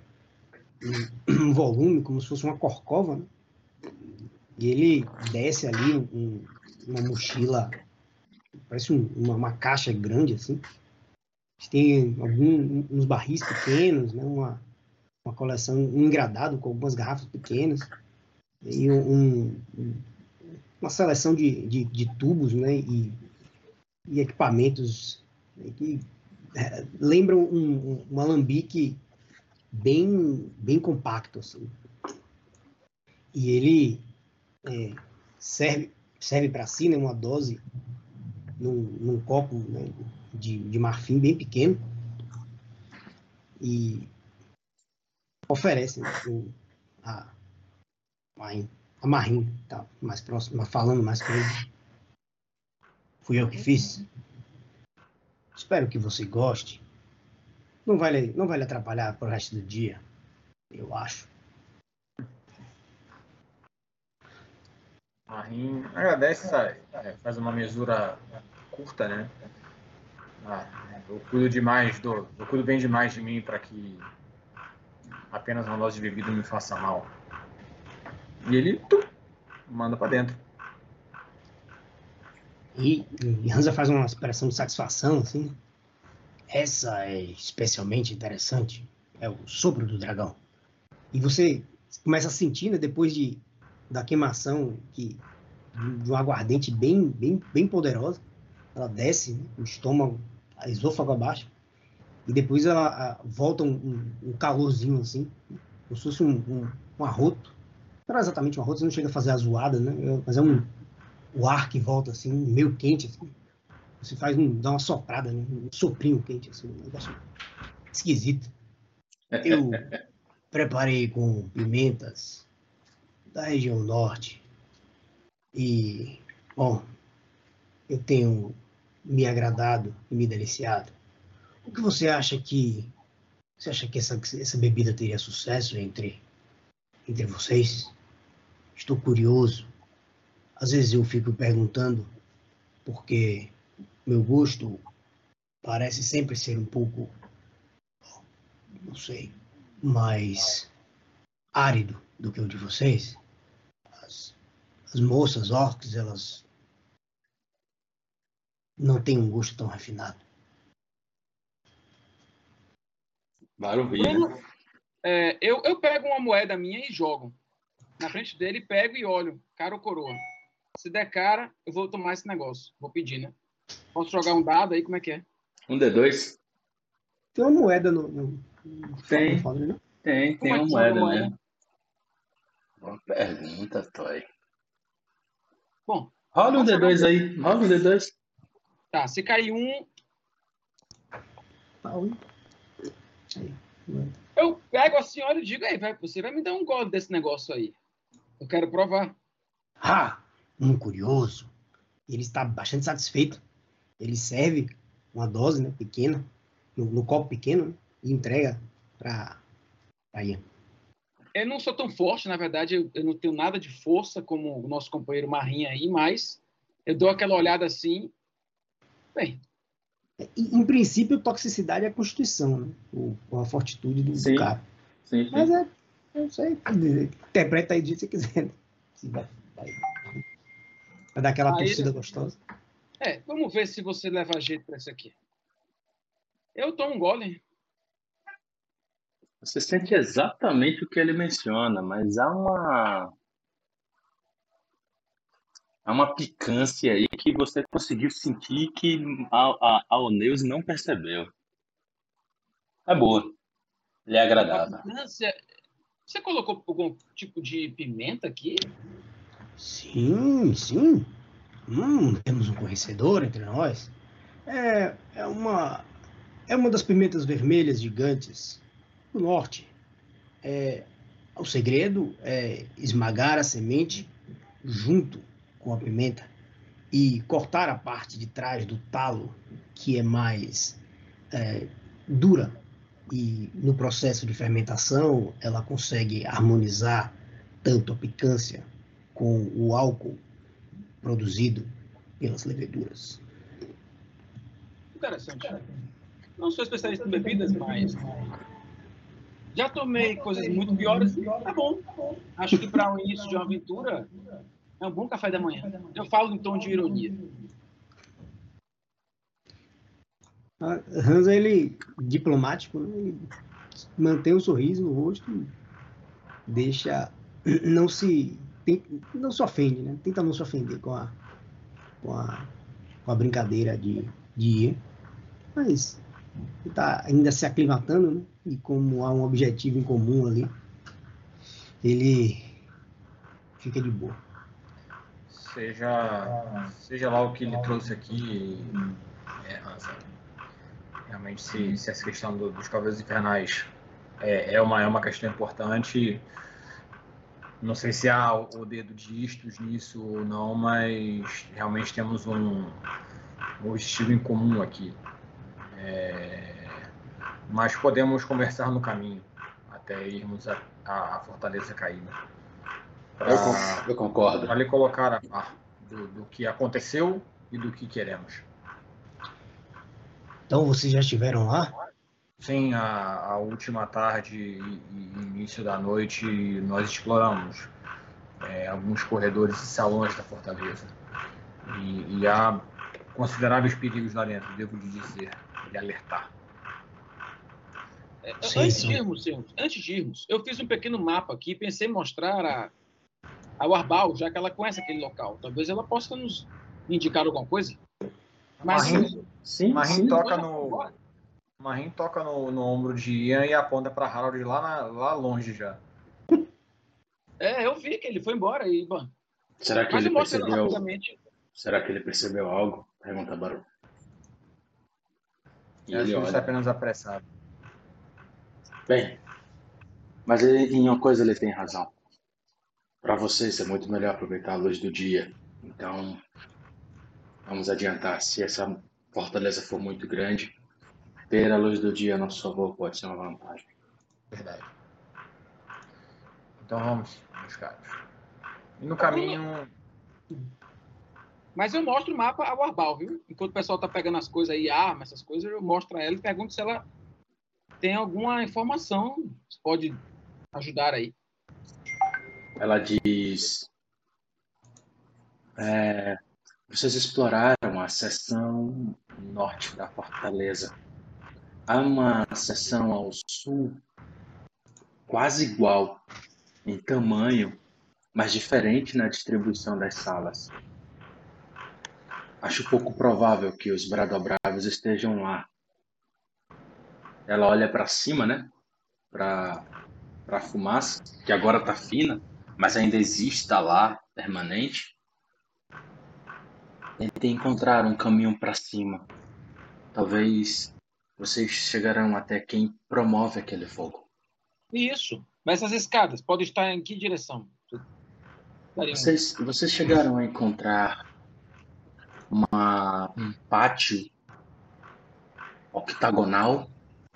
um volume como se fosse uma corcova, né? E ele desce ali uma mochila, parece uma caixa grande assim. Tem uns barris pequenos, né? Uma coleção, um engradado com algumas garrafas pequenas e uma seleção de tubos, né? E equipamentos que lembram um alambique bem compacto, assim. E ele serve para si, né, uma dose num copo, né, de marfim bem pequeno e oferece, né, a Marim, tá mais próximo, falando mais com ele. Fui eu que fiz. Espero que você goste. Não vai lhe atrapalhar pro resto do dia, eu acho. Marim agradece, faz uma mesura curta, né? Eu cuido bem demais de mim para que apenas uma dose de bebida me faça mal. E ele manda para dentro. E Hansa faz uma expressão de satisfação, assim. Essa é especialmente interessante. É o sopro do dragão. E você começa a sentir, né, depois da queimação, de uma aguardente bem poderosa, ela desce, né, o estômago, a esôfago abaixo, e depois ela volta um calorzinho, assim, como se fosse um arroto. Não é exatamente um arroto, você não chega a fazer a zoada, né? Mas é o ar que volta, assim, meio quente, assim. Você dá uma soprada, né? Um soprinho quente, assim, um negócio esquisito. Eu preparei com pimentas da região norte e, bom, eu tenho me agradado e me deliciado. O que você acha que essa bebida teria sucesso entre vocês? Estou curioso Às vezes eu fico perguntando, porque meu gosto parece sempre ser um pouco, não sei, mais árido do que o de vocês. As moças orcs, elas não têm um gosto tão refinado. Maravilha. Bruno, eu pego uma moeda minha e jogo. Na frente dele, pego e olho, cara ou coroa. Se der cara, eu vou tomar esse negócio. Vou pedir, né? Posso jogar um dado aí, como é que é? Um D2? Tem uma moeda no Tem. Foundry, né? Tem Como é uma que joga a moeda moeda? mesmo. Boa pergunta, Toy. Bom, Rola um posso jogar D2 aí. Rola um D2. Tá, se cair um, Aí. eu pego a senhora e digo, aí, você vai me dar um gole desse negócio aí. Eu quero provar. Ah, um curioso. Ele está bastante satisfeito. Ele serve uma dose, né, pequena, no copo pequeno, né, e entrega para Ian. Eu não sou tão forte, na verdade, eu não tenho nada de força como o nosso companheiro Marrinha aí, mas eu dou aquela olhada assim. Bem, Em princípio, toxicidade é a constituição, né? A fortitude do Sim. cara. Sim. Mas eu não sei. Interpreta aí do jeito que você quiser. Se vai dar aquela aí, torcida gostosa. vamos ver se você leva jeito para isso aqui. Eu tomo um gole. Você sente exatamente o que ele menciona, mas há uma picância aí que você conseguiu sentir que a Oneus não percebeu. É boa. Ele é A agradável. picância. Você colocou algum tipo de pimenta aqui? Sim, sim. Temos um conhecedor entre nós. É uma das pimentas vermelhas gigantes do norte. O segredo é esmagar a semente junto com a pimenta e cortar a parte de trás do talo que é mais dura. E no processo de fermentação ela consegue harmonizar tanto a picância com o álcool produzido pelas leveduras. Interessante. Não sou especialista em bebidas, mas já tomei coisas muito piores. Tá bom. Acho que para o início de uma aventura é um bom café da manhã. Eu falo em tom de ironia. Hans, ele diplomático, né? Ele mantém um sorriso no rosto e deixa não se ofende, né? Tenta não se ofender com a brincadeira de ir, mas ele está ainda se aclimatando, né? E como há um objetivo em comum ali, ele fica de boa. Seja lá o que ele trouxe aqui, realmente se essa questão dos Cavaleiros Infernais é uma questão importante. Não sei se há o dedo de Istos nisso ou não, mas realmente temos um objetivo em comum aqui. Mas podemos conversar no caminho até irmos à Fortaleza Caída. Eu concordo. Para lhe colocar a par do que aconteceu e do que queremos. Então vocês já estiveram lá? Sim, a última tarde e início da noite nós exploramos alguns corredores e salões da fortaleza. E há consideráveis perigos lá dentro, devo lhe dizer, lhe alertar. Antes de irmos, eu fiz um pequeno mapa aqui e pensei em mostrar ao Arbal, já que ela conhece aquele local. Talvez ela possa nos indicar alguma coisa. Mas Marim toca no ombro de Ian e aponta para Harold lá longe já. eu vi que ele foi embora e, bom. Será que Mas ele eu mostro percebeu? rapidamente. Será que ele percebeu algo? Pergunta Barão. E Acho ele que ele está olha. apenas apressado. Bem, mas em uma coisa ele tem razão. Para vocês é muito melhor aproveitar a luz do dia. Então, vamos adiantar. Se essa fortaleza for muito grande, ter a luz do dia a nosso favor pode ser uma vantagem. Verdade. Então vamos, meus caros. E no caminho, Mas eu mostro o mapa ao Arbal, viu? Enquanto o pessoal tá pegando as coisas aí, armas, essas coisas, eu mostro a ela e pergunto se ela tem alguma informação que pode ajudar aí. Ela diz: vocês exploraram a seção norte da fortaleza. Há uma seção ao sul quase igual em tamanho, mas diferente na distribuição das salas. Acho pouco provável que os Bradobravos estejam lá. Ela olha para cima, né? Para a fumaça, que agora está fina, mas ainda existe, está lá, permanente. Tentei encontrar um caminho para cima. Talvez vocês chegarão até quem promove aquele fogo. Isso. Mas essas escadas podem estar em que direção? Vocês chegaram a encontrar um pátio octagonal?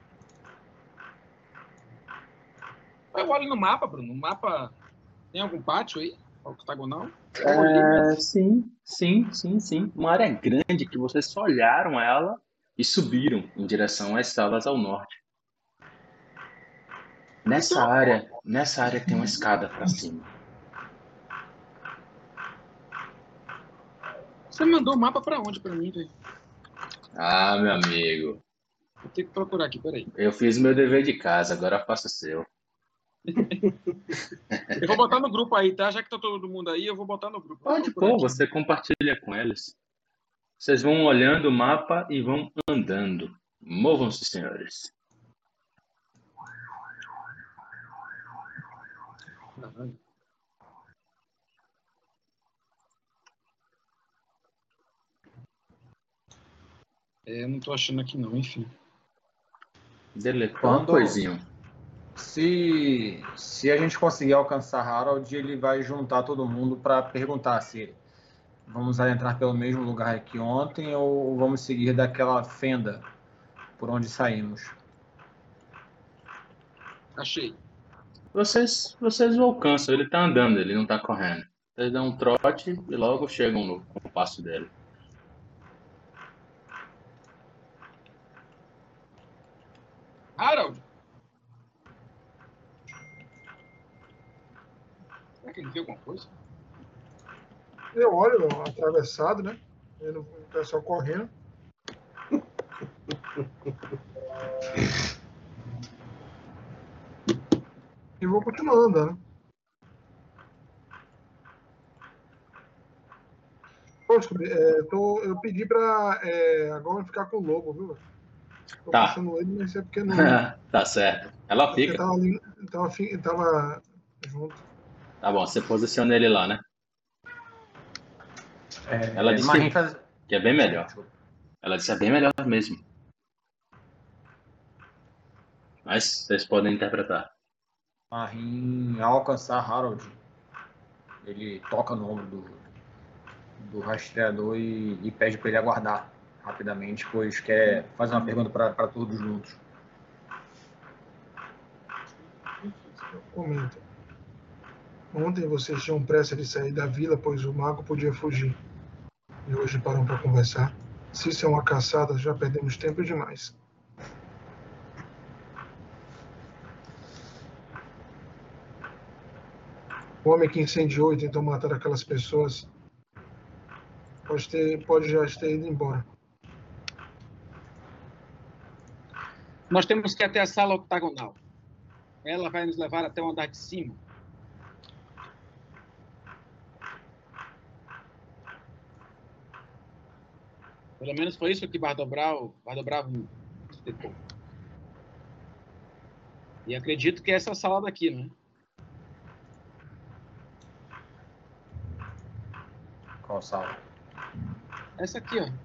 Eu olho no mapa, Bruno. No mapa tem algum pátio aí? Octagonal? Sim. Uma área grande que vocês só olharam ela e subiram em direção às salas ao norte. Nessa área tem uma escada para cima. Você mandou o mapa para onde para mim, velho? Ah, meu amigo. Vou ter que procurar aqui, peraí. Eu fiz meu dever de casa, agora faça o seu. Eu vou botar no grupo aí, tá? Já que tá todo mundo aí, eu vou botar no grupo. Pode pôr, você compartilha com eles. Vocês vão olhando o mapa e vão andando. Movam-se, senhores. Eu não tô achando aqui não, enfim. Deletou uma coisinha. Se a gente conseguir alcançar Harold, ele vai juntar todo mundo para perguntar se vamos adentrar pelo mesmo lugar que ontem ou vamos seguir daquela fenda por onde saímos. Achei. Vocês o alcançam, ele tá andando, ele não tá correndo. Vocês dão um trote e logo chegam no compasso dele. Harold! Será que ele viu alguma coisa? Eu olho atravessado, né? Vendo o pessoal correndo. E vou continuar andando. Poxa, eu pedi pra agora ficar com o lobo, viu? Tô Tá. passando ele, mas é porque não. Tá certo. Ela fica. Tava junto. Tá bom, você posiciona ele lá, né? Ela disse que é bem melhor. Ela disse que é bem melhor mesmo. Mas vocês podem interpretar. Marim, ao alcançar Harold, ele toca no ombro do rastreador e pede para ele aguardar rapidamente, pois quer fazer uma pergunta para todos juntos. Comenta. Ontem vocês tinham pressa de sair da vila, pois o mago podia fugir. E hoje param para conversar. Se isso é uma caçada, já perdemos tempo demais. O homem que incendiou e tentou matar aquelas pessoas pode já ter ido embora. Nós temos que ir até a sala octagonal. Ela vai nos levar até o andar de cima. Pelo menos foi isso que Bardobravo explicou. E acredito que é essa sala daqui, né? Qual sala? Essa aqui, ó.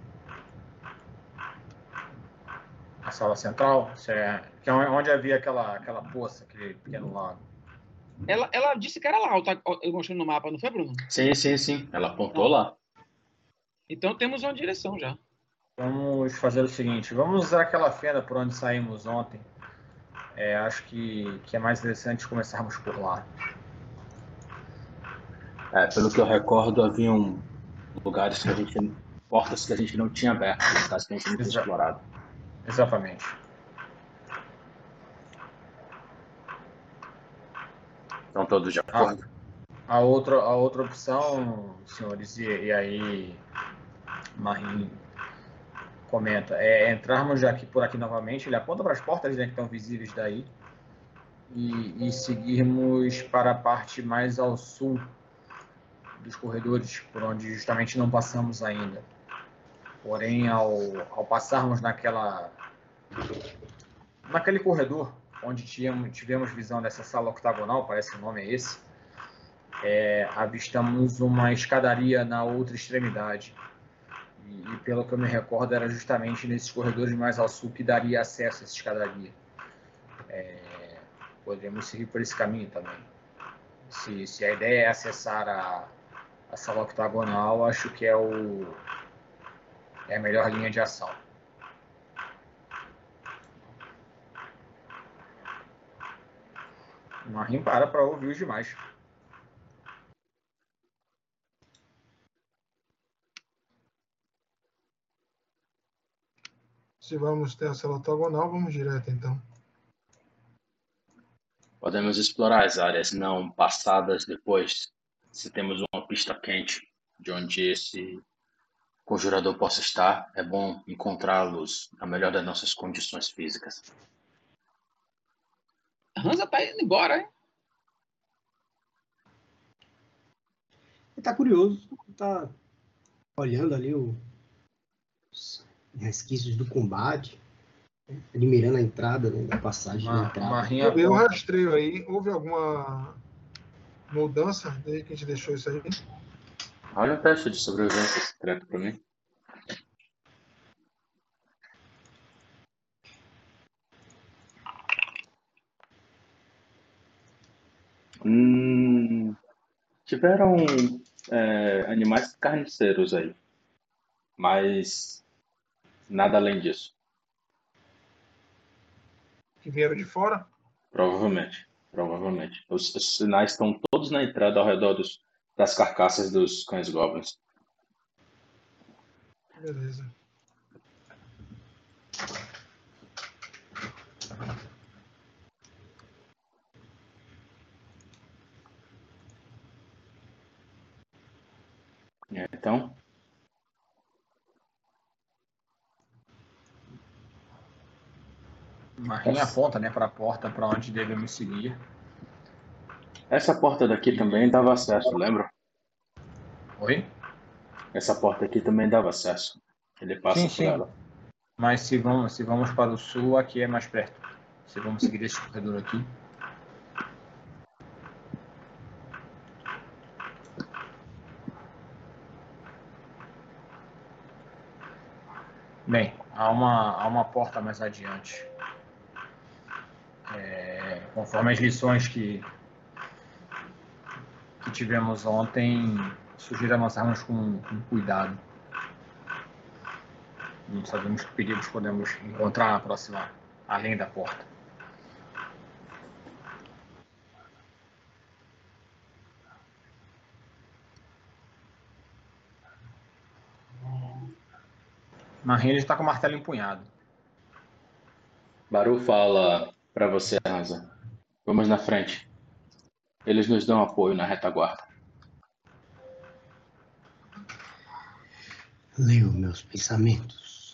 A sala central? Que é onde havia aquela poça, aquele pequeno lago. Ela disse que era lá, eu mostrei no mapa, não foi, Bruno? Sim. Ela apontou lá. Então temos uma direção já. Vamos fazer o seguinte, vamos usar aquela fenda por onde saímos ontem. Acho que é mais interessante começarmos por lá. Pelo que eu recordo, haviam lugares que a gente, portas que a gente não tinha aberto, lugares que a gente não tinha Exa- explorado. Exatamente. Estão todos de Ah, acordo? a outra opção, senhores, e aí Marim comenta, é entrarmos aqui por aqui novamente, ele aponta para as portas, né, que estão visíveis daí, e seguirmos para a parte mais ao sul dos corredores, por onde justamente não passamos ainda. Porém, ao passarmos naquele corredor onde tivemos visão dessa sala octagonal, parece que o nome é esse, avistamos uma escadaria na outra extremidade. E pelo que eu me recordo, era justamente nesses corredores mais ao sul que daria acesso a essa escadaria. Poderíamos seguir por esse caminho também. Se a ideia é acessar a sala octagonal, acho que é a melhor linha de ação. O Marim para ouvir os demais. Se vamos ter a sala octagonal, vamos direto então. Podemos explorar as áreas não passadas depois, se temos uma pista quente de onde esse conjurador possa estar. É bom encontrá-los na melhor das nossas condições físicas. Hansa tá indo embora, hein? Ele tá curioso, tá olhando ali os resquícios do combate, admirando a entrada, né, da passagem da entrada. Marim Eu aponta. rastreio aí. Houve alguma mudança desde que a gente deixou isso aí? Olha um teste de sobrevivência secreto para mim. Tiveram animais carniceiros aí, mas nada além disso, Que vieram de fora? provavelmente. Provavelmente. Os sinais estão todos na entrada ao redor das carcaças dos cães goblins. Beleza. Então, Marim aponta, né, para a porta para onde devemos seguir. essa porta daqui também dava acesso, lembra? Oi? Essa porta aqui também dava acesso. Ele Sim, passa por sim. ela. Mas se vamos para o sul, aqui é mais perto. Se vamos seguir esse corredor aqui. Bem, há uma porta mais adiante. Conforme as lições que tivemos ontem, sugiro avançarmos com cuidado. Não sabemos que perigos podemos encontrar na próxima, além da porta. Marim está com o martelo empunhado. Baru fala para você, Hansa. Vamos na frente. Eles nos dão apoio na retaguarda. Leu meus pensamentos.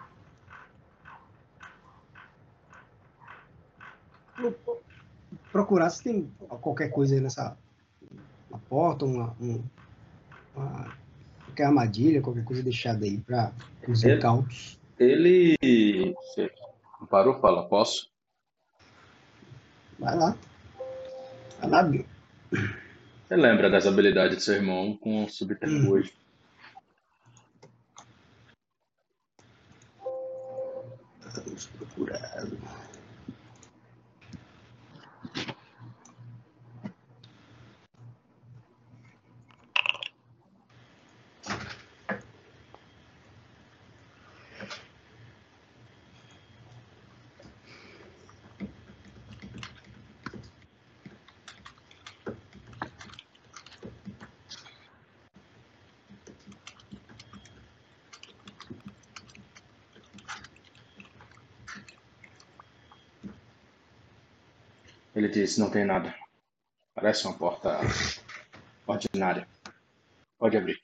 Vou procurar se tem qualquer coisa aí nessa uma porta, qualquer armadilha, qualquer coisa deixada aí para os Ele, incautos. ele... Baru fala, posso? Vai lá. Vai lá, Bill. Você lembra das habilidades de seu irmão com subterfúgio? Vamos procurar. Ele disse, não tem nada. Parece uma porta ordinária. Pode abrir.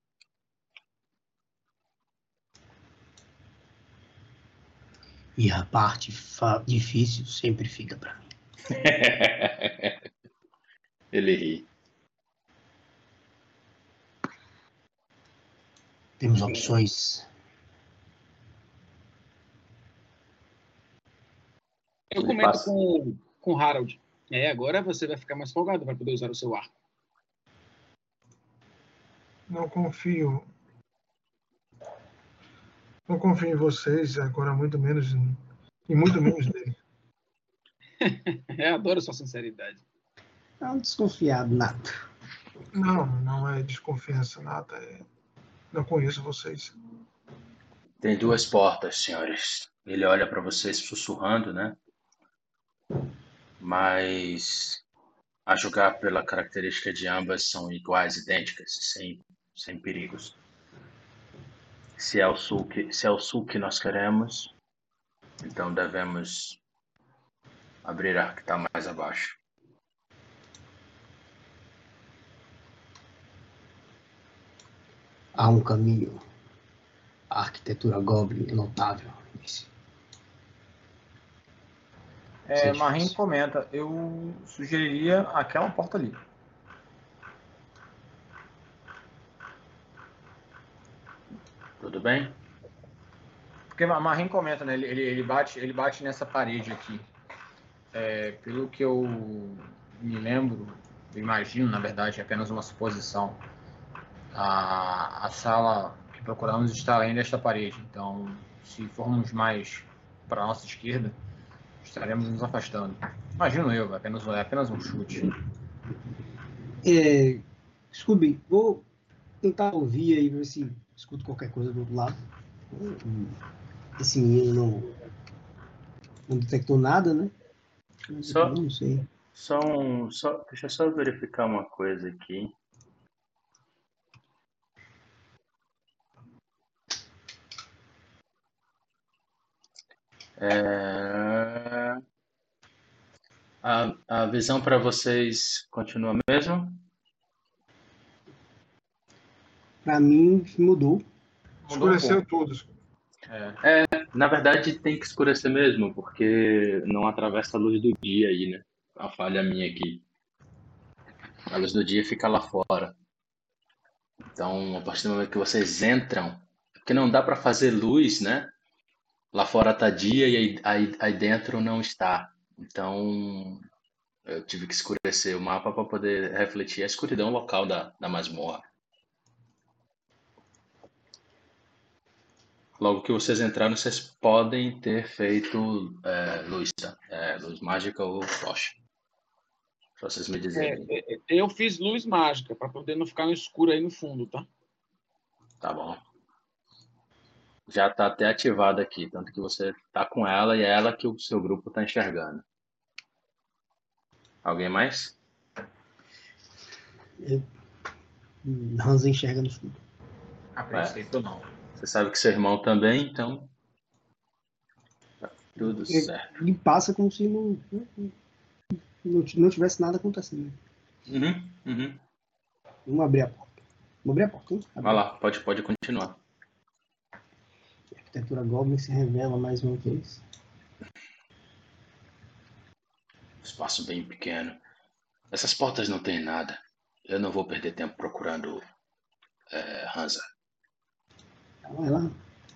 E a parte difícil sempre fica para mim. Ele ri. Temos opções. Eu Ele comento passa. com o Harold. Agora você vai ficar mais folgado para poder usar o seu arco. Não confio. Não confio em vocês, agora muito menos e muito menos nele. Eu adoro sua sinceridade. Não desconfiado, nada. Não é desconfiança nada. Não conheço vocês. Tem duas portas, senhores. Ele olha para vocês sussurrando, né? Mas a julgar pela característica de ambas são iguais, idênticas, sem perigos. Se é o sul que nós queremos, então devemos abrir a que está mais abaixo. Há um caminho. A arquitetura Goblin é notável. Marim comenta, eu sugeriria aquela porta ali. Tudo bem? Porque Marim comenta, né? Ele bate nessa parede aqui. Pelo que eu me lembro, eu imagino, na verdade, é apenas uma suposição. A sala que procuramos está além desta parede. Então, se formos mais para a nossa esquerda, estaremos nos afastando. Imagino eu, é apenas um chute. Scooby, vou tentar ouvir aí, ver se escuto qualquer coisa do outro lado. Esse menino não detectou nada, né? Não sei. Deixa eu só verificar uma coisa aqui. A visão para vocês continua a mesma? Para mim, mudou. Escureceu tudo. Na verdade tem que escurecer mesmo, porque não atravessa a luz do dia aí, né? A falha minha aqui. A luz do dia fica lá fora. Então, a partir do momento que vocês entram, porque não dá para fazer luz, né? Lá fora tá dia e aí dentro não está. Então, eu tive que escurecer o mapa para poder refletir a escuridão local da masmorra. Logo que vocês entraram, vocês podem ter feito luz, tá? Luz mágica ou tocha. Só vocês me dizerem. Eu fiz luz mágica para poder não ficar no escuro aí no fundo, tá? Tá bom. Já tá até ativada aqui, tanto que você tá com ela e é ela que o seu grupo tá enxergando. Alguém mais? Hansa enxerga no escuro. A princípio, não. Você sabe que seu irmão também, então tá tudo certo. Ele passa como se não tivesse nada acontecendo. Uhum. Vamos abrir a porta. Vamos abrir a porta, hein? Vai lá, pode continuar. A arquitetura Goblin se revela mais uma vez. Espaço bem pequeno. Essas portas não tem nada. Eu não vou perder tempo procurando Hansa. Vai lá.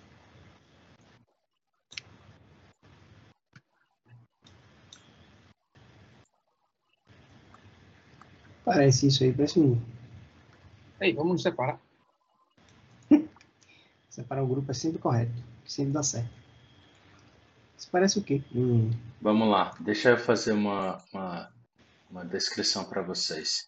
Parece isso aí, parece um... Ei, vamos nos separar. Separar o grupo é sempre correto, sempre dá certo. Isso parece o quê? Vamos lá, deixa eu fazer uma descrição para vocês.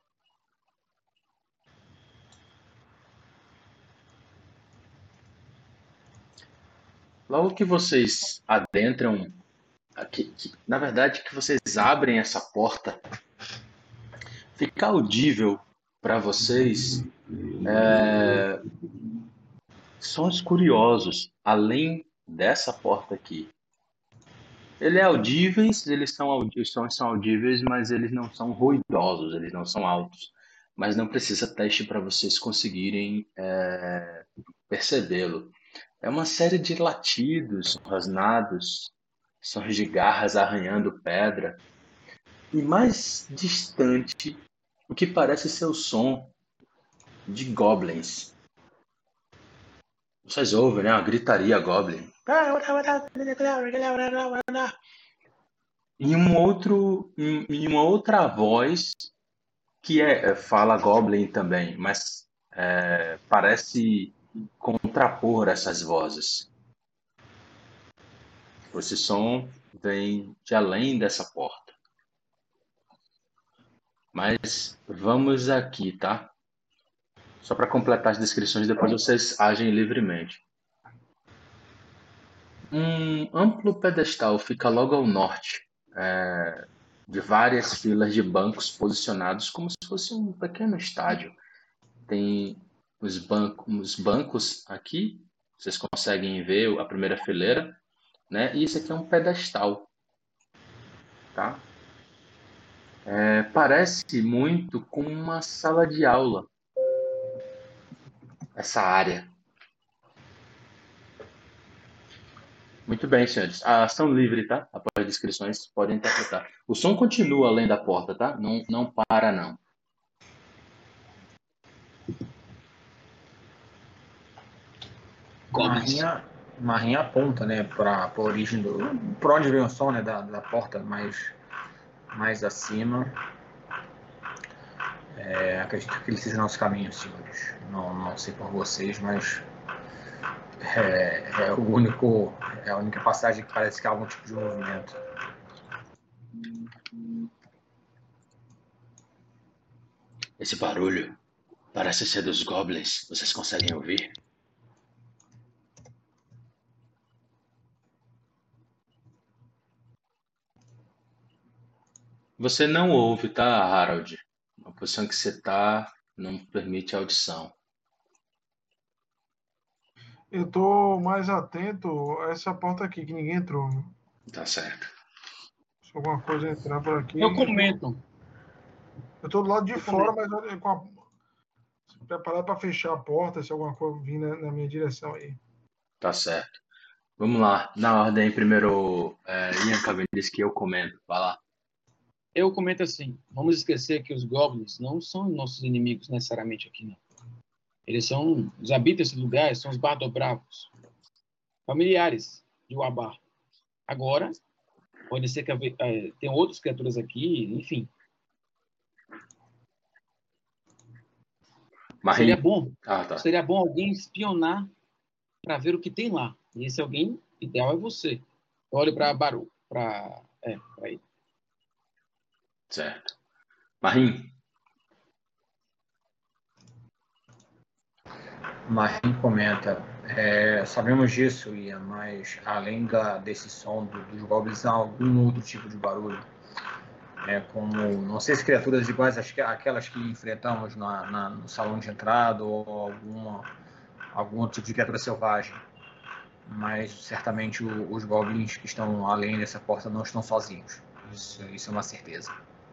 Logo que vocês adentram, na verdade que vocês abrem essa porta, fica audível para vocês sons curiosos, além dessa porta aqui. Ele é audíveis, são audíveis, mas eles não são ruidosos, eles não são altos. Mas não precisa teste para vocês conseguirem percebê-lo. É uma série de latidos, rosnados, sons de garras arranhando pedra. E mais distante, o que parece ser o som de goblins. Vocês ouvem, né? Uma gritaria goblin. E uma outra voz que fala goblin também, mas parece contrapor essas vozes. Esse som vem de além dessa porta. Mas vamos aqui, tá? Só para completar as descrições, depois vocês agem livremente. Um amplo pedestal fica logo ao norte, de várias filas de bancos posicionados como se fosse um pequeno estádio. Tem os bancos aqui, vocês conseguem ver a primeira fileira, né? E isso aqui é um pedestal, tá? Parece muito com uma sala de aula, essa área. Muito bem, senhores. A ação livre, tá? Após as descrições, podem interpretar. O som continua além da porta, tá? Não para, não. Marinha aponta, né, para a origem para onde vem o som, né, da porta mais acima. Acredito que ele seja o nosso caminho, senhores. Não sei por vocês, mas é a única passagem que parece que há algum tipo de movimento. Esse barulho parece ser dos goblins. Vocês conseguem ouvir? Você não ouve, tá, Harold? A posição que você tá não permite audição. Eu tô mais atento a essa porta aqui, que ninguém entrou. Tá certo. Se alguma coisa entrar por aqui. Eu comento. Eu tô do lado de fora, mas preparado para fechar a porta, se alguma coisa vir na minha direção aí. Tá certo. Vamos lá. Na ordem, primeiro, Ian Cavendish, que eu comento. Vai lá. Eu comento assim, vamos esquecer que os goblins não são nossos inimigos necessariamente aqui, não. Eles habitam esse lugar, são os bardobravos, familiares de Uabar. Agora, pode ser que tenham outras criaturas aqui, enfim. Marim. Seria bom alguém espionar para ver o que tem lá. E esse alguém ideal é você. Eu olho para Baru, para ele. Certo. Marim. Marim comenta, sabemos disso, Ian, mas além desse som dos goblins, há algum outro tipo de barulho? Como, não sei se criaturas iguais àquelas que enfrentamos no salão de entrada ou algum outro tipo de criatura selvagem. Mas certamente os goblins que estão além dessa porta não estão sozinhos. Isso é uma certeza.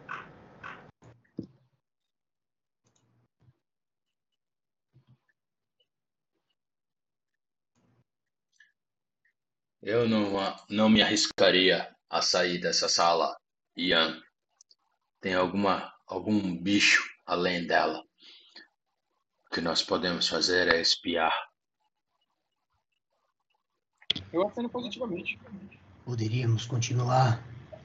Eu não me arriscaria a sair dessa sala, Ian. Tem algum bicho além dela. O que nós podemos fazer é espiar. Eu aceno positivamente. Poderíamos continuar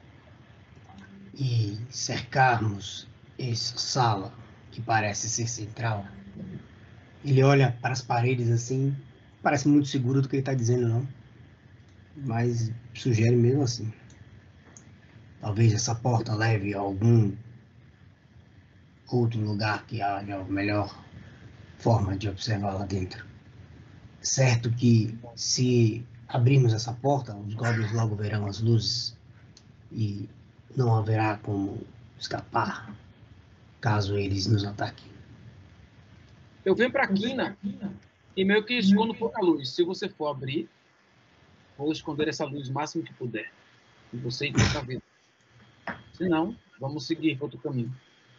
e cercarmos essa sala que parece ser central. Ele olha para as paredes assim, parece muito seguro do que ele está dizendo, não. Mas sugere mesmo assim. Talvez essa porta leve a algum outro lugar que haja a melhor forma de observar lá dentro. Certo que se abrirmos essa porta, os goblins logo verão as luzes e não haverá como escapar caso eles nos ataquem. Eu venho para a quina e meio que escondo pouca luz. Se você for abrir, vou esconder essa luz o máximo que puder. E você ir com a vida. Se não, vamos seguir outro caminho.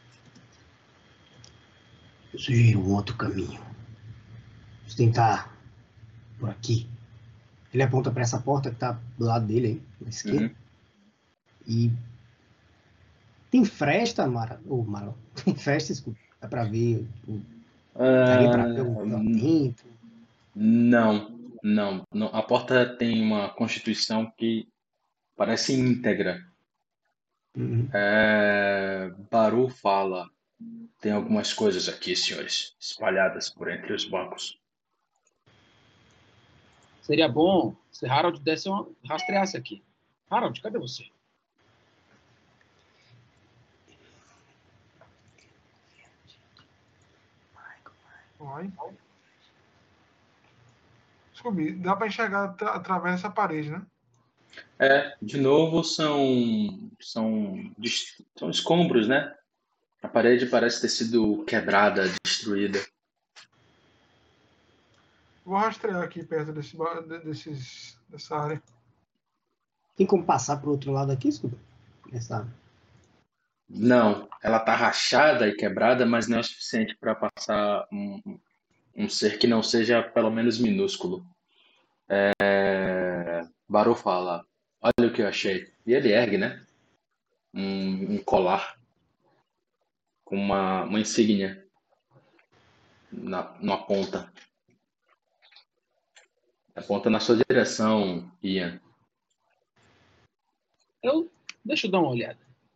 Eu sugiro um outro caminho. Vamos tentar por aqui. Ele aponta para essa porta que tá do lado dele aí, na esquerda. Uhum. E tem fresta, Marlon. Tem fresta, desculpa. Dá pra ver. Daria pra ver o lá dentro. Não. A porta tem uma constituição que parece íntegra. Uhum. Baru fala: tem algumas coisas aqui, senhores, espalhadas por entre os bancos. Seria bom se Harold rastreasse aqui. Harold, cadê você? Vai. Scooby, dá para enxergar através dessa parede, né? De novo, são escombros, né? A parede parece ter sido quebrada, destruída. Vou rastrear aqui perto dessa área. Tem como passar pro outro lado aqui, desculpa? Não, ela tá rachada e quebrada, mas não é o suficiente para passar um ser que não seja pelo menos minúsculo. Baru fala: olha o que eu achei. E ele ergue, né? Um colar com uma insígnia na ponta. Aponta na sua direção, Ian. Deixa eu dar uma olhada.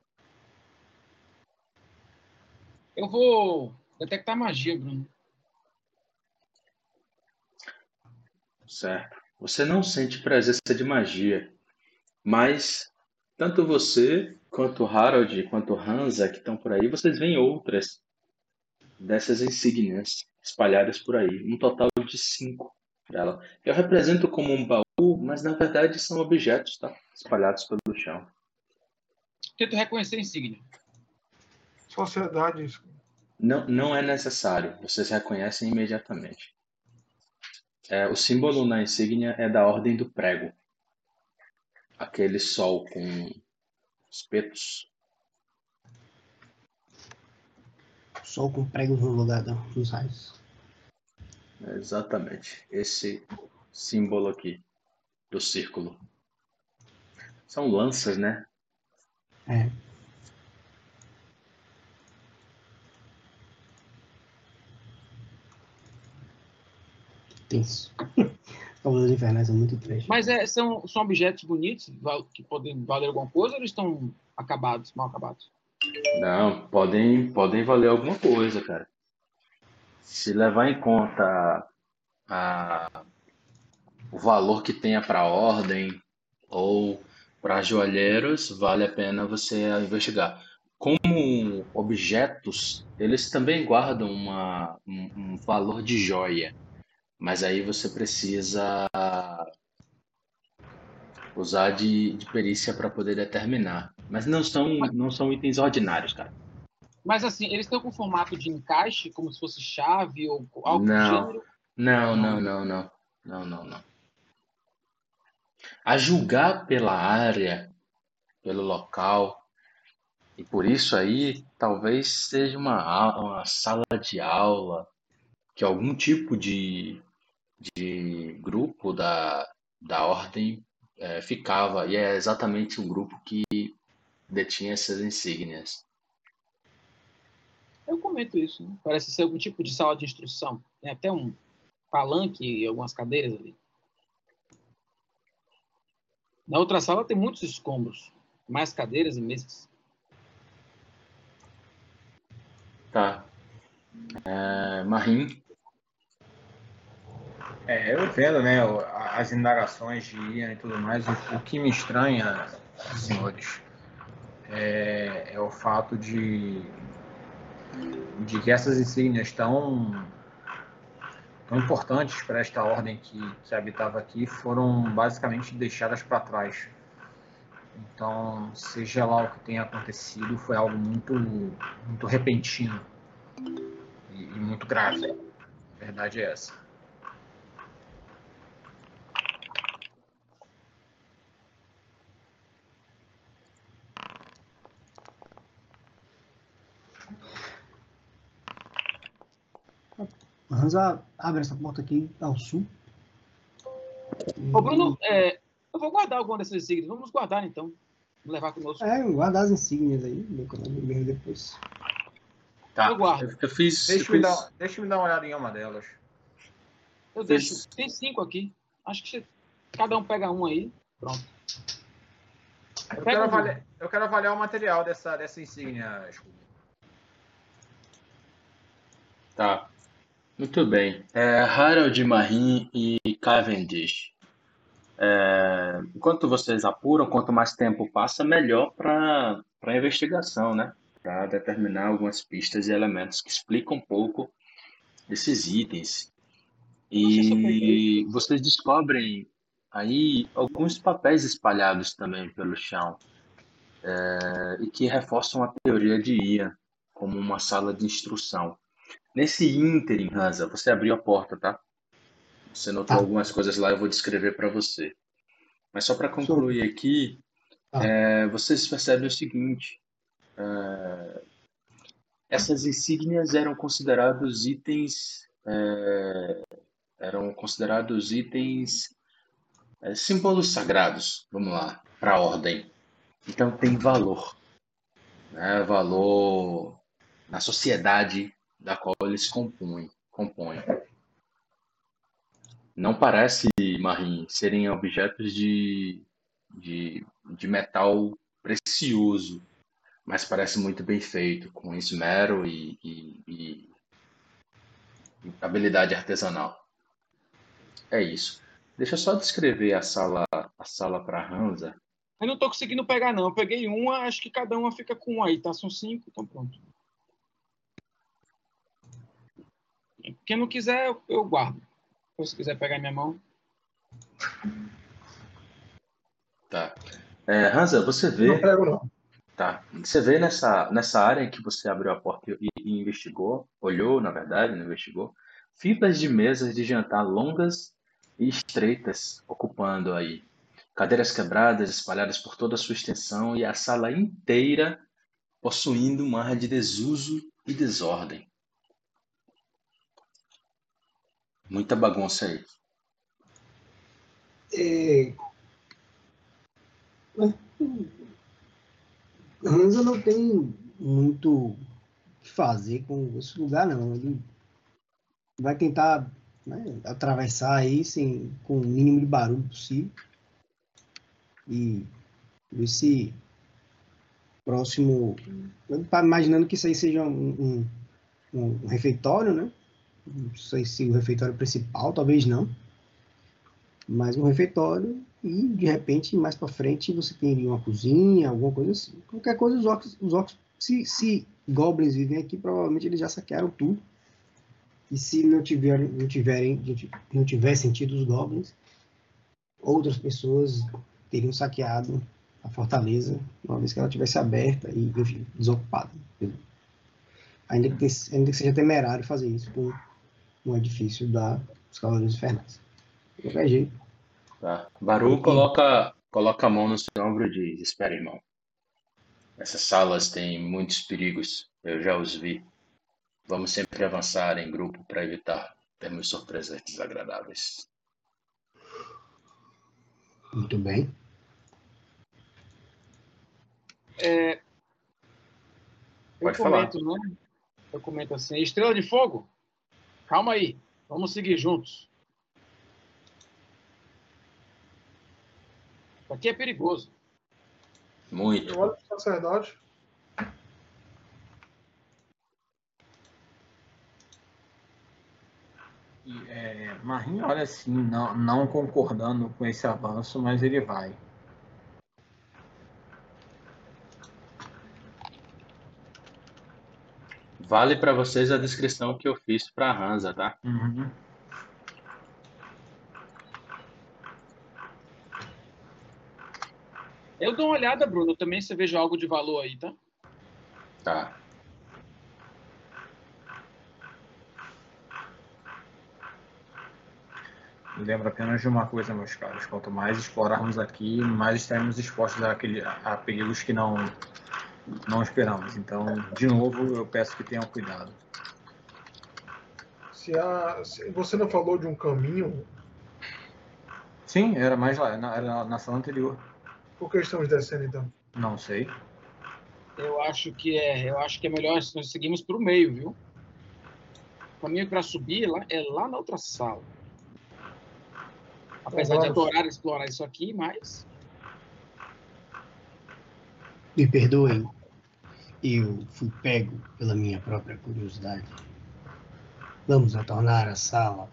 Eu vou detectar magia, Bruno. Certo. Você não sente presença de magia, mas tanto você, quanto Harold, quanto Hansa, que estão por aí, vocês veem outras dessas insígnias espalhadas por aí. Um total de 5 dela. Eu represento como um baú, mas na verdade são objetos, tá? Espalhados pelo chão. Tento reconhecer a insígnia. Sociedade. Não é necessário. Vocês reconhecem imediatamente. O símbolo na insígnia é da Ordem do Prego. Aquele sol com espetos. Sol com pregos no lugar dos raios. Exatamente. Esse símbolo aqui do círculo. São lanças, né? É. Tenso. Cavaleiros Infernais são muito trash. Mas são objetos bonitos que podem valer alguma coisa ou eles estão acabados, mal acabados? Não, podem valer alguma coisa, cara. Se levar em conta o valor que tenha para a ordem ou para joalheiros, vale a pena você investigar. Como objetos, eles também guardam um valor de joia, mas aí você precisa usar de perícia para poder determinar. Mas não são itens ordinários, cara. Mas assim, eles estão com formato de encaixe, como se fosse chave ou algo do Não, gênero? não. A julgar pela área, pelo local, e por isso aí talvez seja uma sala de aula, que algum tipo de grupo da ordem ficava, e é exatamente o grupo que detinha essas insígnias. Eu comento isso, né? Parece ser algum tipo de sala de instrução. Tem até um palanque e algumas cadeiras ali. Na outra sala tem muitos escombros, mais cadeiras e mesas. Tá. Marim. Eu vendo, né, as indagações de Ian e tudo mais, o que me estranha, senhores, é o fato de que essas insígnias tão importantes para esta ordem que habitava aqui foram basicamente deixadas para trás. Então, seja lá o que tenha acontecido, foi algo muito repentino e muito grave. A verdade é essa. Hansa abre essa porta aqui ao sul. Ô, Bruno, eu vou guardar alguma dessas insígnias. Vamos guardar, então. Vamos levar conosco. Guardar as insígnias aí, mesmo depois. Tá. Eu guardo. Eu fiz. Deixa eu dar uma olhada em uma delas. Eu deixo. Tem 5 aqui. Acho que cada um pega um aí. Pronto. Eu quero avaliar o material dessa insígnia, Scooby. Tá. Muito bem. Harold, Marin e Cavendish. Enquanto vocês apuram, quanto mais tempo passa, melhor para a investigação, né? Para determinar algumas pistas e elementos que explicam um pouco desses itens. E vocês descobrem aí alguns papéis espalhados também pelo chão, e que reforçam a teoria de Ian como uma sala de instrução. Nesse ínterim, Hansa, você abriu a porta, tá? Você notou algumas coisas lá, eu vou descrever para você. Mas só para concluir aqui, vocês percebem o seguinte: essas insígnias eram considerados itens, símbolos sagrados, vamos lá, para a ordem. Então tem valor, né? Valor na sociedade da qual eles compõem. Não parece, Marim, serem objetos de metal precioso, mas parece muito bem feito, com esmero e habilidade artesanal. É isso. Deixa eu só descrever a sala para Hansa. Eu não tô conseguindo pegar, não. Eu peguei uma, acho que cada uma fica com uma aí, tá? São 5, então pronto. Quem não quiser, eu guardo. Se quiser pegar minha mão. Tá. Hansa, você vê. Não pego, não. Tá. Você vê nessa área em que você abriu a porta e investigou, olhou, na verdade, não investigou, filas de mesas de jantar longas e estreitas ocupando aí. Cadeiras quebradas espalhadas por toda a sua extensão e a sala inteira possuindo um ar de desuso e desordem. Muita bagunça aí. Hansa não tem muito o que fazer com esse lugar, não. Ele vai tentar, né, atravessar aí com o mínimo de barulho possível e ver se próximo... Eu estou imaginando que isso aí seja um refeitório, né? Não sei se o refeitório principal, talvez não. Mas um refeitório e, de repente, mais para frente, você teria uma cozinha, alguma coisa assim. Qualquer coisa, os orcs se goblins vivem aqui, provavelmente eles já saquearam tudo. E se não tivessem tido os goblins, outras pessoas teriam saqueado a fortaleza, uma vez que ela tivesse aberta e, enfim, desocupada. Ainda que seja temerário fazer isso com um edifício dos Cavaleiros Infernais. De qualquer jeito. Tá. Baru coloca a mão no seu ombro e diz: espera, irmão. Essas salas têm muitos perigos. Eu já os vi. Vamos sempre avançar em grupo para evitar termos surpresas desagradáveis. Muito bem. Pode falar. Né? Eu comento assim: Estrela de Fogo, calma aí. Vamos seguir juntos. Isso aqui é perigoso. Muito. Eu olho para o sacerdote. Marim olha assim, não concordando com esse avanço, mas ele vai. Vale para vocês a descrição que eu fiz para a Hansa, tá? Uhum. Eu dou uma olhada, Bruno, também se vejo algo de valor aí, tá? Tá. Me lembro apenas de uma coisa, meus caros. Quanto mais explorarmos aqui, mais estaremos expostos a perigos que não esperamos. Então, de novo, eu peço que tenham cuidado. Você não falou de um caminho, Sim, era mais lá, era na sala anterior. por que estamos descendo então? Não sei. Eu acho que é melhor se nós seguirmos para o meio, viu? O caminho para subir é lá na outra sala. Apesar de vamos. adorar explorar isso aqui, mas Me perdoem, eu fui pego pela minha própria curiosidade. Vamos retornar à sala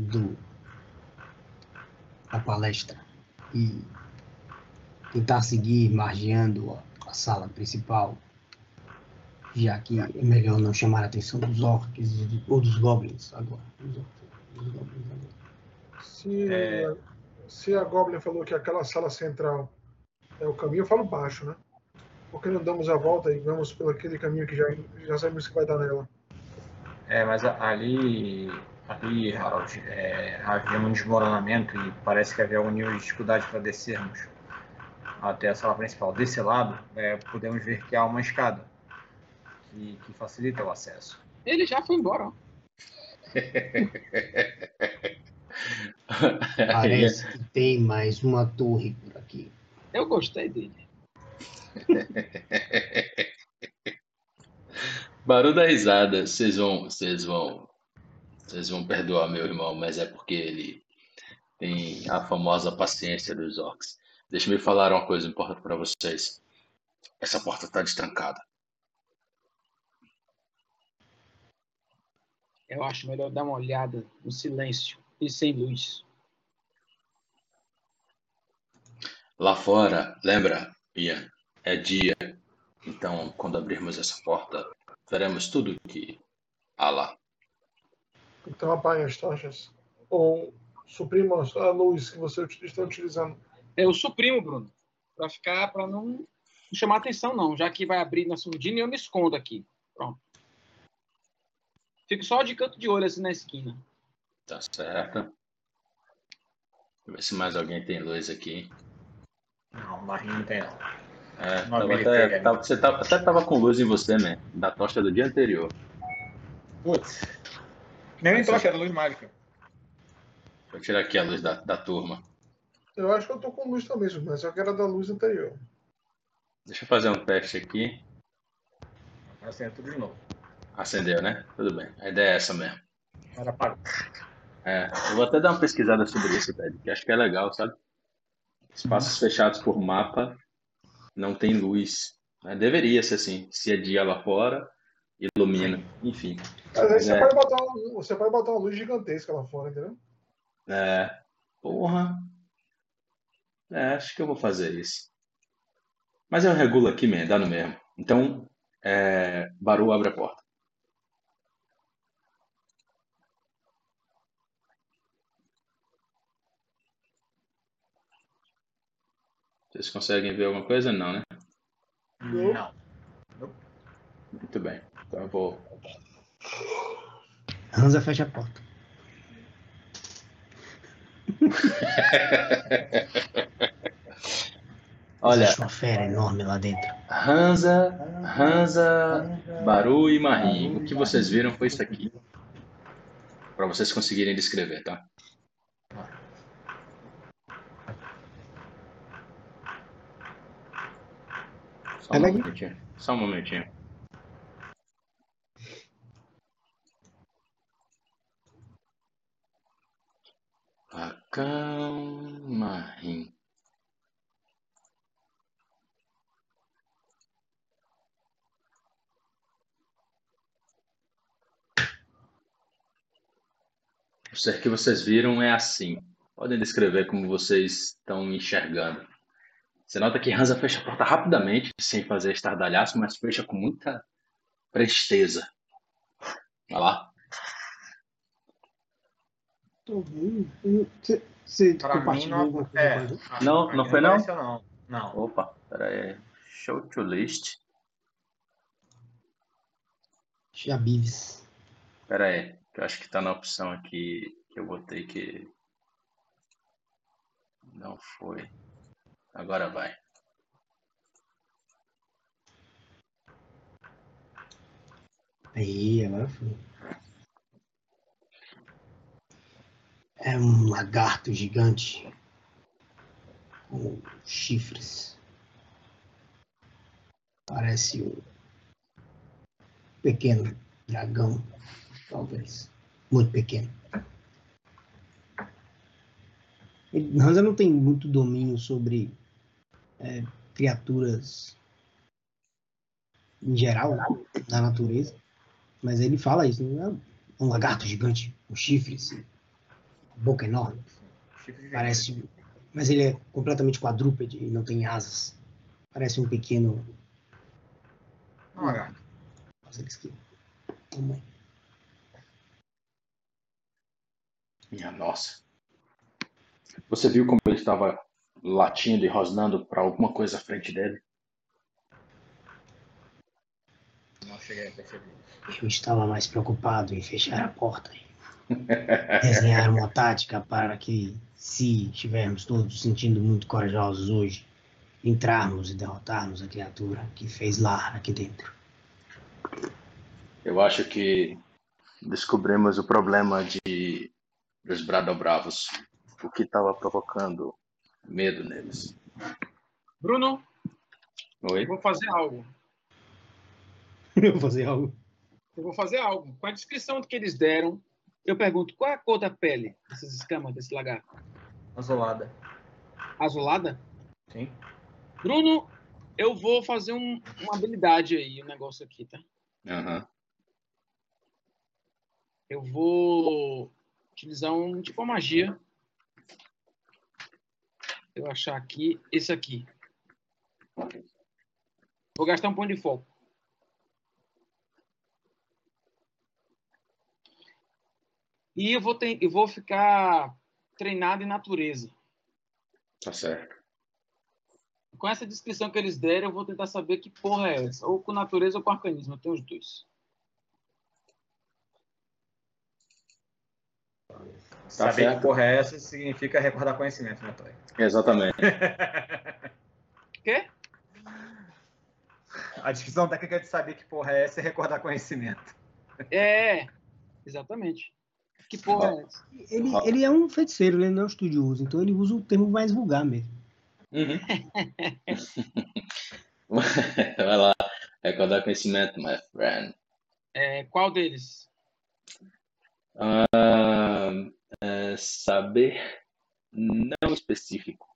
da palestra e tentar seguir margeando a sala principal, já que é melhor não chamar a atenção dos orcs ou dos goblins agora. Dos goblins agora. Se a Goblin falou que aquela sala central é o caminho, eu falo baixo, né? Por que não damos a volta e vamos pelo aquele caminho que já sabemos que vai dar nela? Mas ali, Harold, havia um desmoronamento e parece que havia algum nível de dificuldade para descermos até a sala principal. Desse lado, podemos ver que há uma escada que facilita o acesso. ele já foi embora. Ó. Parece que tem mais uma torre por aqui. Eu gostei dele. Barulho da risada. Vocês vão perdoar meu irmão, mas é porque ele tem a famosa paciência dos orcs. Deixa-me falar uma coisa importante para vocês. Essa porta está destrancada. Eu acho melhor dar uma olhada no silêncio e sem luz. Lá fora, lembra, Ian? É dia. Então, quando abrirmos essa porta, veremos tudo que há lá. Então apaguem as tochas. Ou suprimam a luz que você está utilizando. Eu suprimo, Bruno, para não chamar atenção, não. Já que vai abrir na surdina, eu me escondo aqui. Pronto. Fico só de canto de olho assim na esquina. Tá certo. Deixa eu ver se mais alguém tem luz aqui. Não, o Marinho não tem não. Você até tava com luz em você, né? Da tocha do dia anterior. Putz. Nem tocha, era luz mágica. Vou tirar aqui a luz da turma. Eu acho que eu tô com luz também, mas só que era da luz anterior. Deixa eu fazer um teste aqui. Acende tudo de novo. Acendeu, né? Tudo bem. A ideia é essa mesmo. Era para. Eu vou até dar uma pesquisada sobre isso, Ted, que acho que é legal, sabe? Espaços fechados por mapa não tem luz. Né? Deveria ser assim. Se é dia lá fora, ilumina. Enfim. Mas aí você pode botar uma luz gigantesca lá fora, entendeu? Porra. Acho que eu vou fazer isso. Mas eu regulo aqui mesmo, dá no mesmo. Então, Baru abre a porta. Vocês conseguem ver alguma coisa? Não, né? Não. Muito bem. Então eu vou. Hansa fecha a porta. Olha, existe uma fera enorme lá dentro. Hansa, Baru e Marim. O que vocês viram foi isso aqui. Para vocês conseguirem descrever, tá? Só um momentinho. Facão, Marim. O ser que vocês viram é assim. Podem descrever como vocês estão enxergando. Você nota que Hansa fecha a porta rapidamente, sem fazer estardalhaço, mas fecha com muita presteza. Olha lá. Tô vendo. Você compartilhou alguma coisa com a gente? Não foi não? Não. Opa, pera aí. Show to list. Chabives. Pera aí, que eu acho que tá na opção aqui que eu botei que não foi. Agora vai. Aí, agora foi. lagarto gigante com chifres. Parece um pequeno dragão, talvez. Muito pequeno. Hansa não tem muito domínio sobre criaturas em geral da natureza, mas ele fala isso, né? É um lagarto gigante, com chifres, boca enorme. Parece, mas ele é completamente quadrúpede e não tem asas. Parece um pequeno. Um lagarto. Nossa, eles que. Tamanho. Minha nossa. Você viu como ele estava latindo e rosnando para alguma coisa à frente dele? Não cheguei a perceber. Eu estava mais preocupado em fechar a porta e desenhar uma tática para que, se estivermos todos sentindo muito corajosos hoje, entrarmos e derrotarmos a criatura que fez lá aqui dentro. Eu acho que descobrimos o problema dos Bradobravos. O que estava provocando medo neles. Bruno, Oi? vou fazer algo. Eu vou fazer algo. Eu vou fazer algo. Com a descrição que eles deram, eu pergunto, qual é a cor da pele dessas escamas, desse lagarto? Azulada. Azulada? Sim. Bruno, eu vou fazer uma habilidade aí, um negócio aqui, tá? Aham. Eu vou utilizar tipo uma magia. Eu achar aqui, esse aqui. Vou gastar um ponto de foco. E eu vou ficar treinado em natureza. Tá certo. Com essa descrição que eles deram, eu vou tentar saber que porra é essa. Ou com natureza ou com arcanismo. Eu tenho os dois. Saber certo. que porra é essa significa recordar conhecimento, né, Toy? Exatamente. Quê? A descrição técnica de saber que porra é essa é recordar conhecimento. É, exatamente. Que porra é essa? Ele é um feiticeiro, ele não é um estudioso, então ele usa o termo mais vulgar mesmo. Uhum. Vai lá. Recordar conhecimento, my friend. Qual deles? Saber não específico.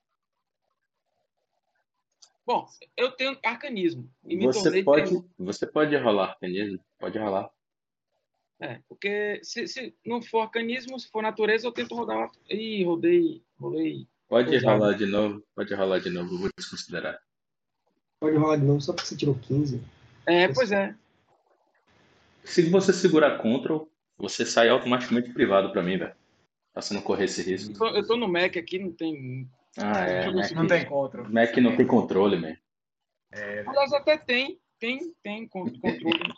Bom, eu tenho arcanismo. E me tornei Você pode rolar arcanismo? Pode rolar. Porque se não for arcanismo, se for natureza, eu tento rodar. Ih, rodei. Pode Ousado. rolar de novo. Eu vou desconsiderar. Pode rolar de novo só porque você tirou 15. Pois é. Se você segurar Ctrl, você sai automaticamente privado pra mim, velho. Pra você não correr esse risco. Eu tô no Mac aqui, não tem. Mac Não tem controle. Mac não tem controle, man. Aliás, até tem controle.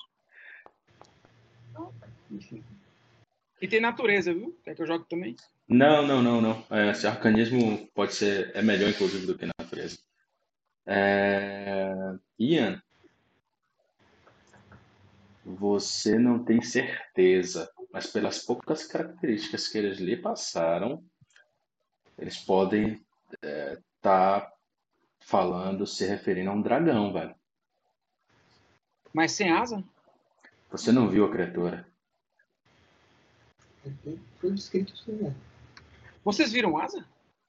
Enfim. E tem natureza, viu? Quer que eu jogue também? Não. Esse arcanismo pode ser. É melhor, inclusive, do que natureza. Ian, você não tem certeza, mas pelas poucas características que eles lhe passaram, eles podem estar falando, se referindo a um dragão, velho. Mas sem asa? Você não viu a criatura. Foi descrito isso, né? Vocês viram asa?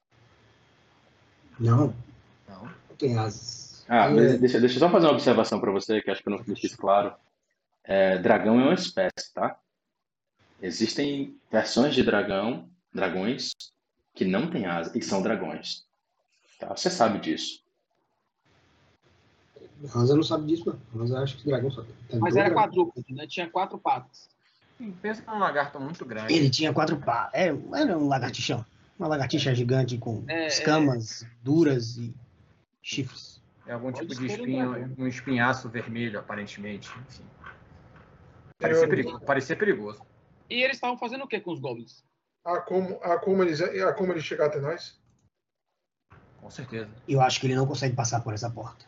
Não tem asas. Mas deixa eu só fazer uma observação para você, que acho que eu não fiz claro. Dragão é uma espécie, tá? Existem versões de dragões, que não têm asas e são dragões. Tá? Você sabe disso. Hansa não sabe disso, não. Hansa acha que o dragão só tem. Mas era quadrúpede, né? Tinha 4 patas. Pensa num lagarto muito grande. Ele tinha 4 patas. Era um lagartixão. Uma lagartixa gigante com escamas duras e chifres. É algum Pode tipo de ser um espinho, dragão. um espinhaço vermelho, aparentemente. Enfim. Eu- Parecia perigoso. E eles estavam fazendo o que com os goblins? Há como eles chegar até nós? Com certeza. Eu acho que ele não consegue passar por essa porta.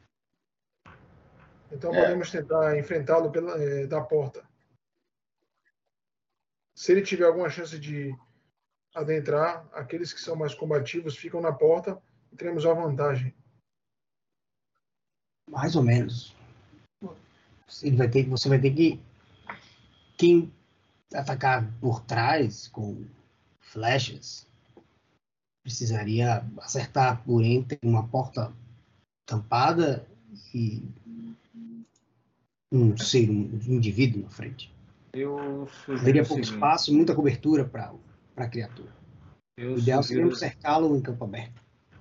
Então podemos tentar enfrentá-lo da porta. Se ele tiver alguma chance de adentrar, aqueles que são mais combativos ficam na porta e teremos a vantagem. Mais ou menos. Você vai ter que... Quem atacar por trás com flechas precisaria acertar por entre uma porta tampada e um indivíduo na frente. Eu sugiro Teria o pouco seguinte. espaço e muita cobertura para a criatura. Eu O ideal sugiro, seria cercá-lo em campo aberto.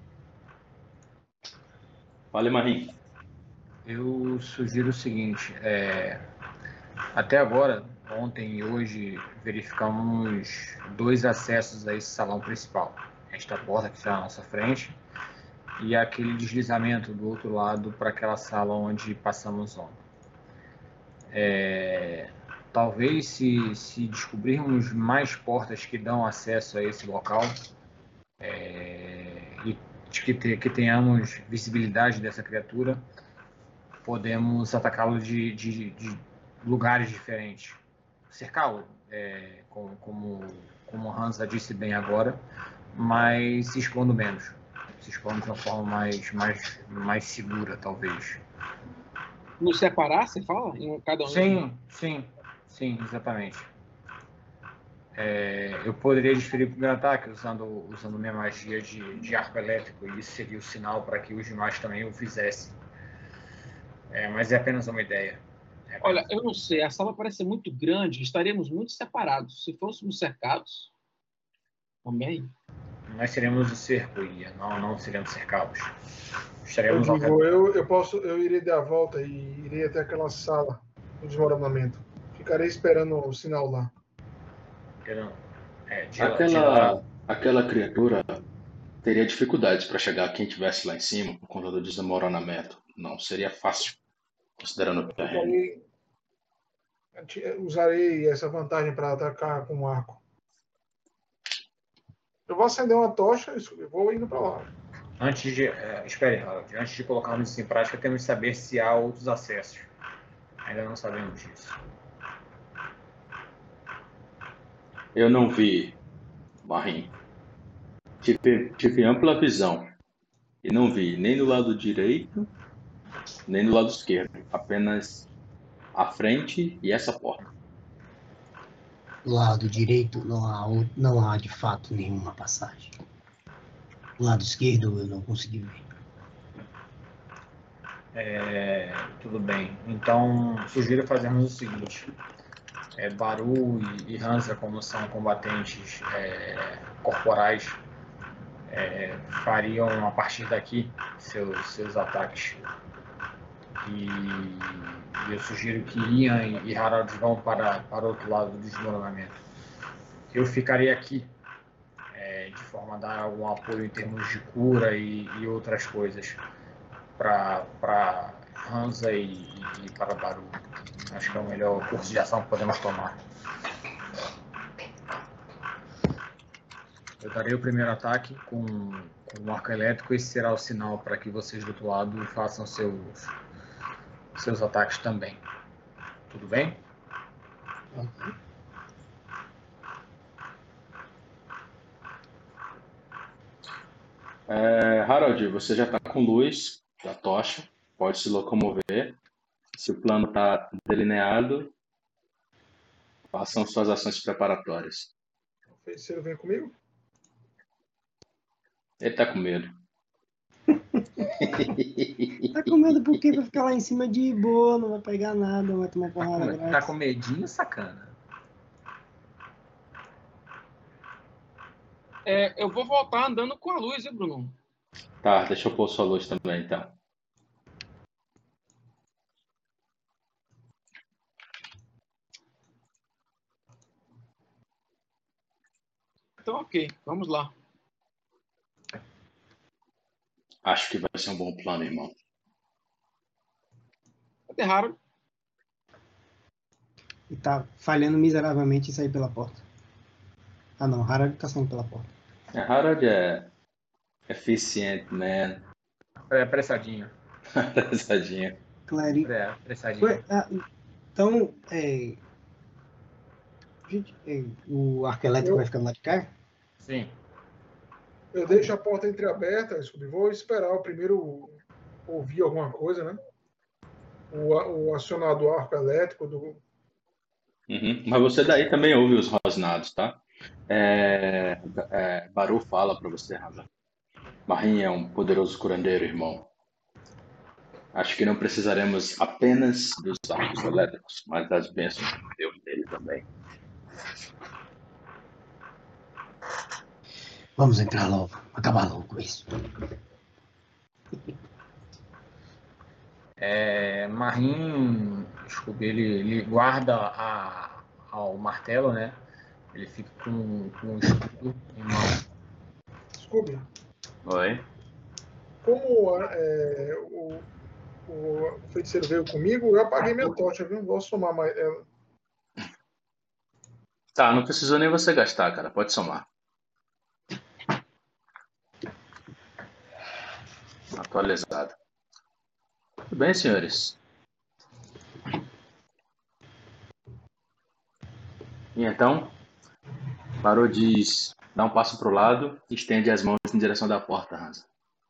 Fale, Marim. eu sugiro o seguinte. Até agora, ontem e hoje, verificamos 2 acessos a esse salão principal. Esta porta que está à nossa frente e aquele deslizamento do outro lado para aquela sala onde passamos ontem. Talvez se descobrirmos mais portas que dão acesso a esse local e que tenhamos visibilidade dessa criatura, podemos atacá-lo de lugares diferentes. Cercá-lo, como Hansa disse bem agora, mas se expondo menos. Se expondo de uma forma mais segura, talvez. Nos separar, você fala? Em cada um? Sim, exatamente. Eu poderia desferir o primeiro ataque usando minha magia de arco elétrico, e isso seria o sinal para que os demais também o fizessem. Mas é apenas uma ideia. Olha, eu não sei, a sala parece ser muito grande, estaríamos muito separados. Se fôssemos cercados, também. Nós seremos o cerco, Iria, não seremos cercados. Eu Estaremos ao digo, redor. eu irei dar a volta e irei até aquela sala do desmoronamento. Ficarei esperando o sinal lá. Aquela criatura teria dificuldades para chegar a quem estivesse lá em cima por conta do desmoronamento. Não seria fácil, considerando o terreno. Usarei essa vantagem para atacar com um arco. Eu vou acender uma tocha e vou indo para lá. Espere, Harold. Antes de colocarmos isso em prática, temos que saber se há outros acessos. Ainda não sabemos disso. Eu não vi, Marim. Tive ampla visão e não vi nem do lado direito, nem do lado esquerdo. Apenas a frente e essa porta. Do lado direito não há de fato nenhuma passagem. Do lado esquerdo eu não consegui ver. Tudo bem. Então, sugiro fazermos o seguinte. Baru e Hansa, como são combatentes corporais, fariam a partir daqui seus ataques. E eu sugiro que Ian e Harald vão para o outro lado do desmoronamento. Eu ficarei aqui, de forma a dar algum apoio em termos de cura e outras coisas para Hansa e para Baru. Acho que é o melhor curso de ação que podemos tomar. Eu darei o primeiro ataque com o arco elétrico. Esse será o sinal para que vocês do outro lado façam seus ataques também. Tudo bem? Ok. Harold, você já está com luz da tocha, pode se locomover. Se o plano está delineado, façam suas ações preparatórias. O feiticeiro vem comigo? Ele está com medo. Tá com medo por quê? Vai ficar lá em cima de boa, não vai pegar nada, não vai tomar porrada. Tá com medinho, sacana? Eu vou voltar andando com a luz, hein, Bruno? Tá, deixa eu pôr sua luz também, então. Então, ok, vamos lá. Acho que vai ser um bom plano, irmão. Cadê Harold? E tá falhando miseravelmente em sair pela porta. Ah não, Harald tá saindo pela porta. Harold é eficiente, man. Apressadinho. Apressadinho. Clérigo. Apressadinho. Então, gente, o arco elétrico vai ficando lá de cá? Sim. Eu deixo a porta entreaberta, vou esperar o primeiro ouvir alguma coisa, né? O acionar do arco elétrico, Uhum. Mas você daí também ouve os rosnados, tá? Baru fala para você, Hansa. Marin é um poderoso curandeiro, irmão. Acho que não precisaremos apenas dos arcos elétricos, mas das bênçãos de Deus dele também. Vamos entrar logo, acabar logo com isso. Marin, desculpe, ele guarda ao martelo, né? Ele fica com o escudo em mão. Scooby. Oi? Como o feiticeiro veio comigo, eu apaguei minha tocha, viu? Não vou somar mais ela. Tá, não precisou nem você gastar, cara. Pode somar. Atualizado. Tudo bem, senhores? E então, Baru diz, dá um passo pro lado e estende as mãos em direção da porta, Hansa.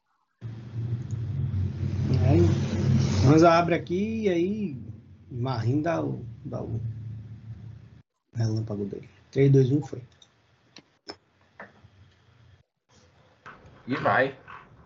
Aí, Hansa abre aqui e aí Marin dá o relâmpago dele. 3, 2, 1, foi. E vai.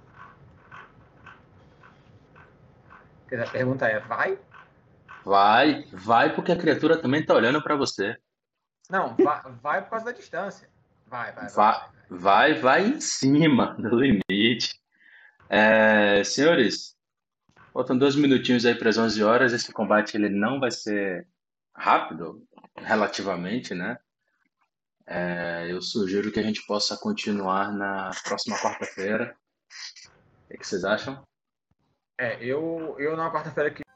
A pergunta é, vai? Vai porque a criatura também tá olhando para você. Não, vai por causa da distância. Vai. Vai em cima do limite. Senhores, faltam 2 minutinhos aí para as 11 horas. Esse combate ele não vai ser rápido, relativamente, né? Eu sugiro que a gente possa continuar na próxima quarta-feira. O que vocês acham? Eu na quarta-feira que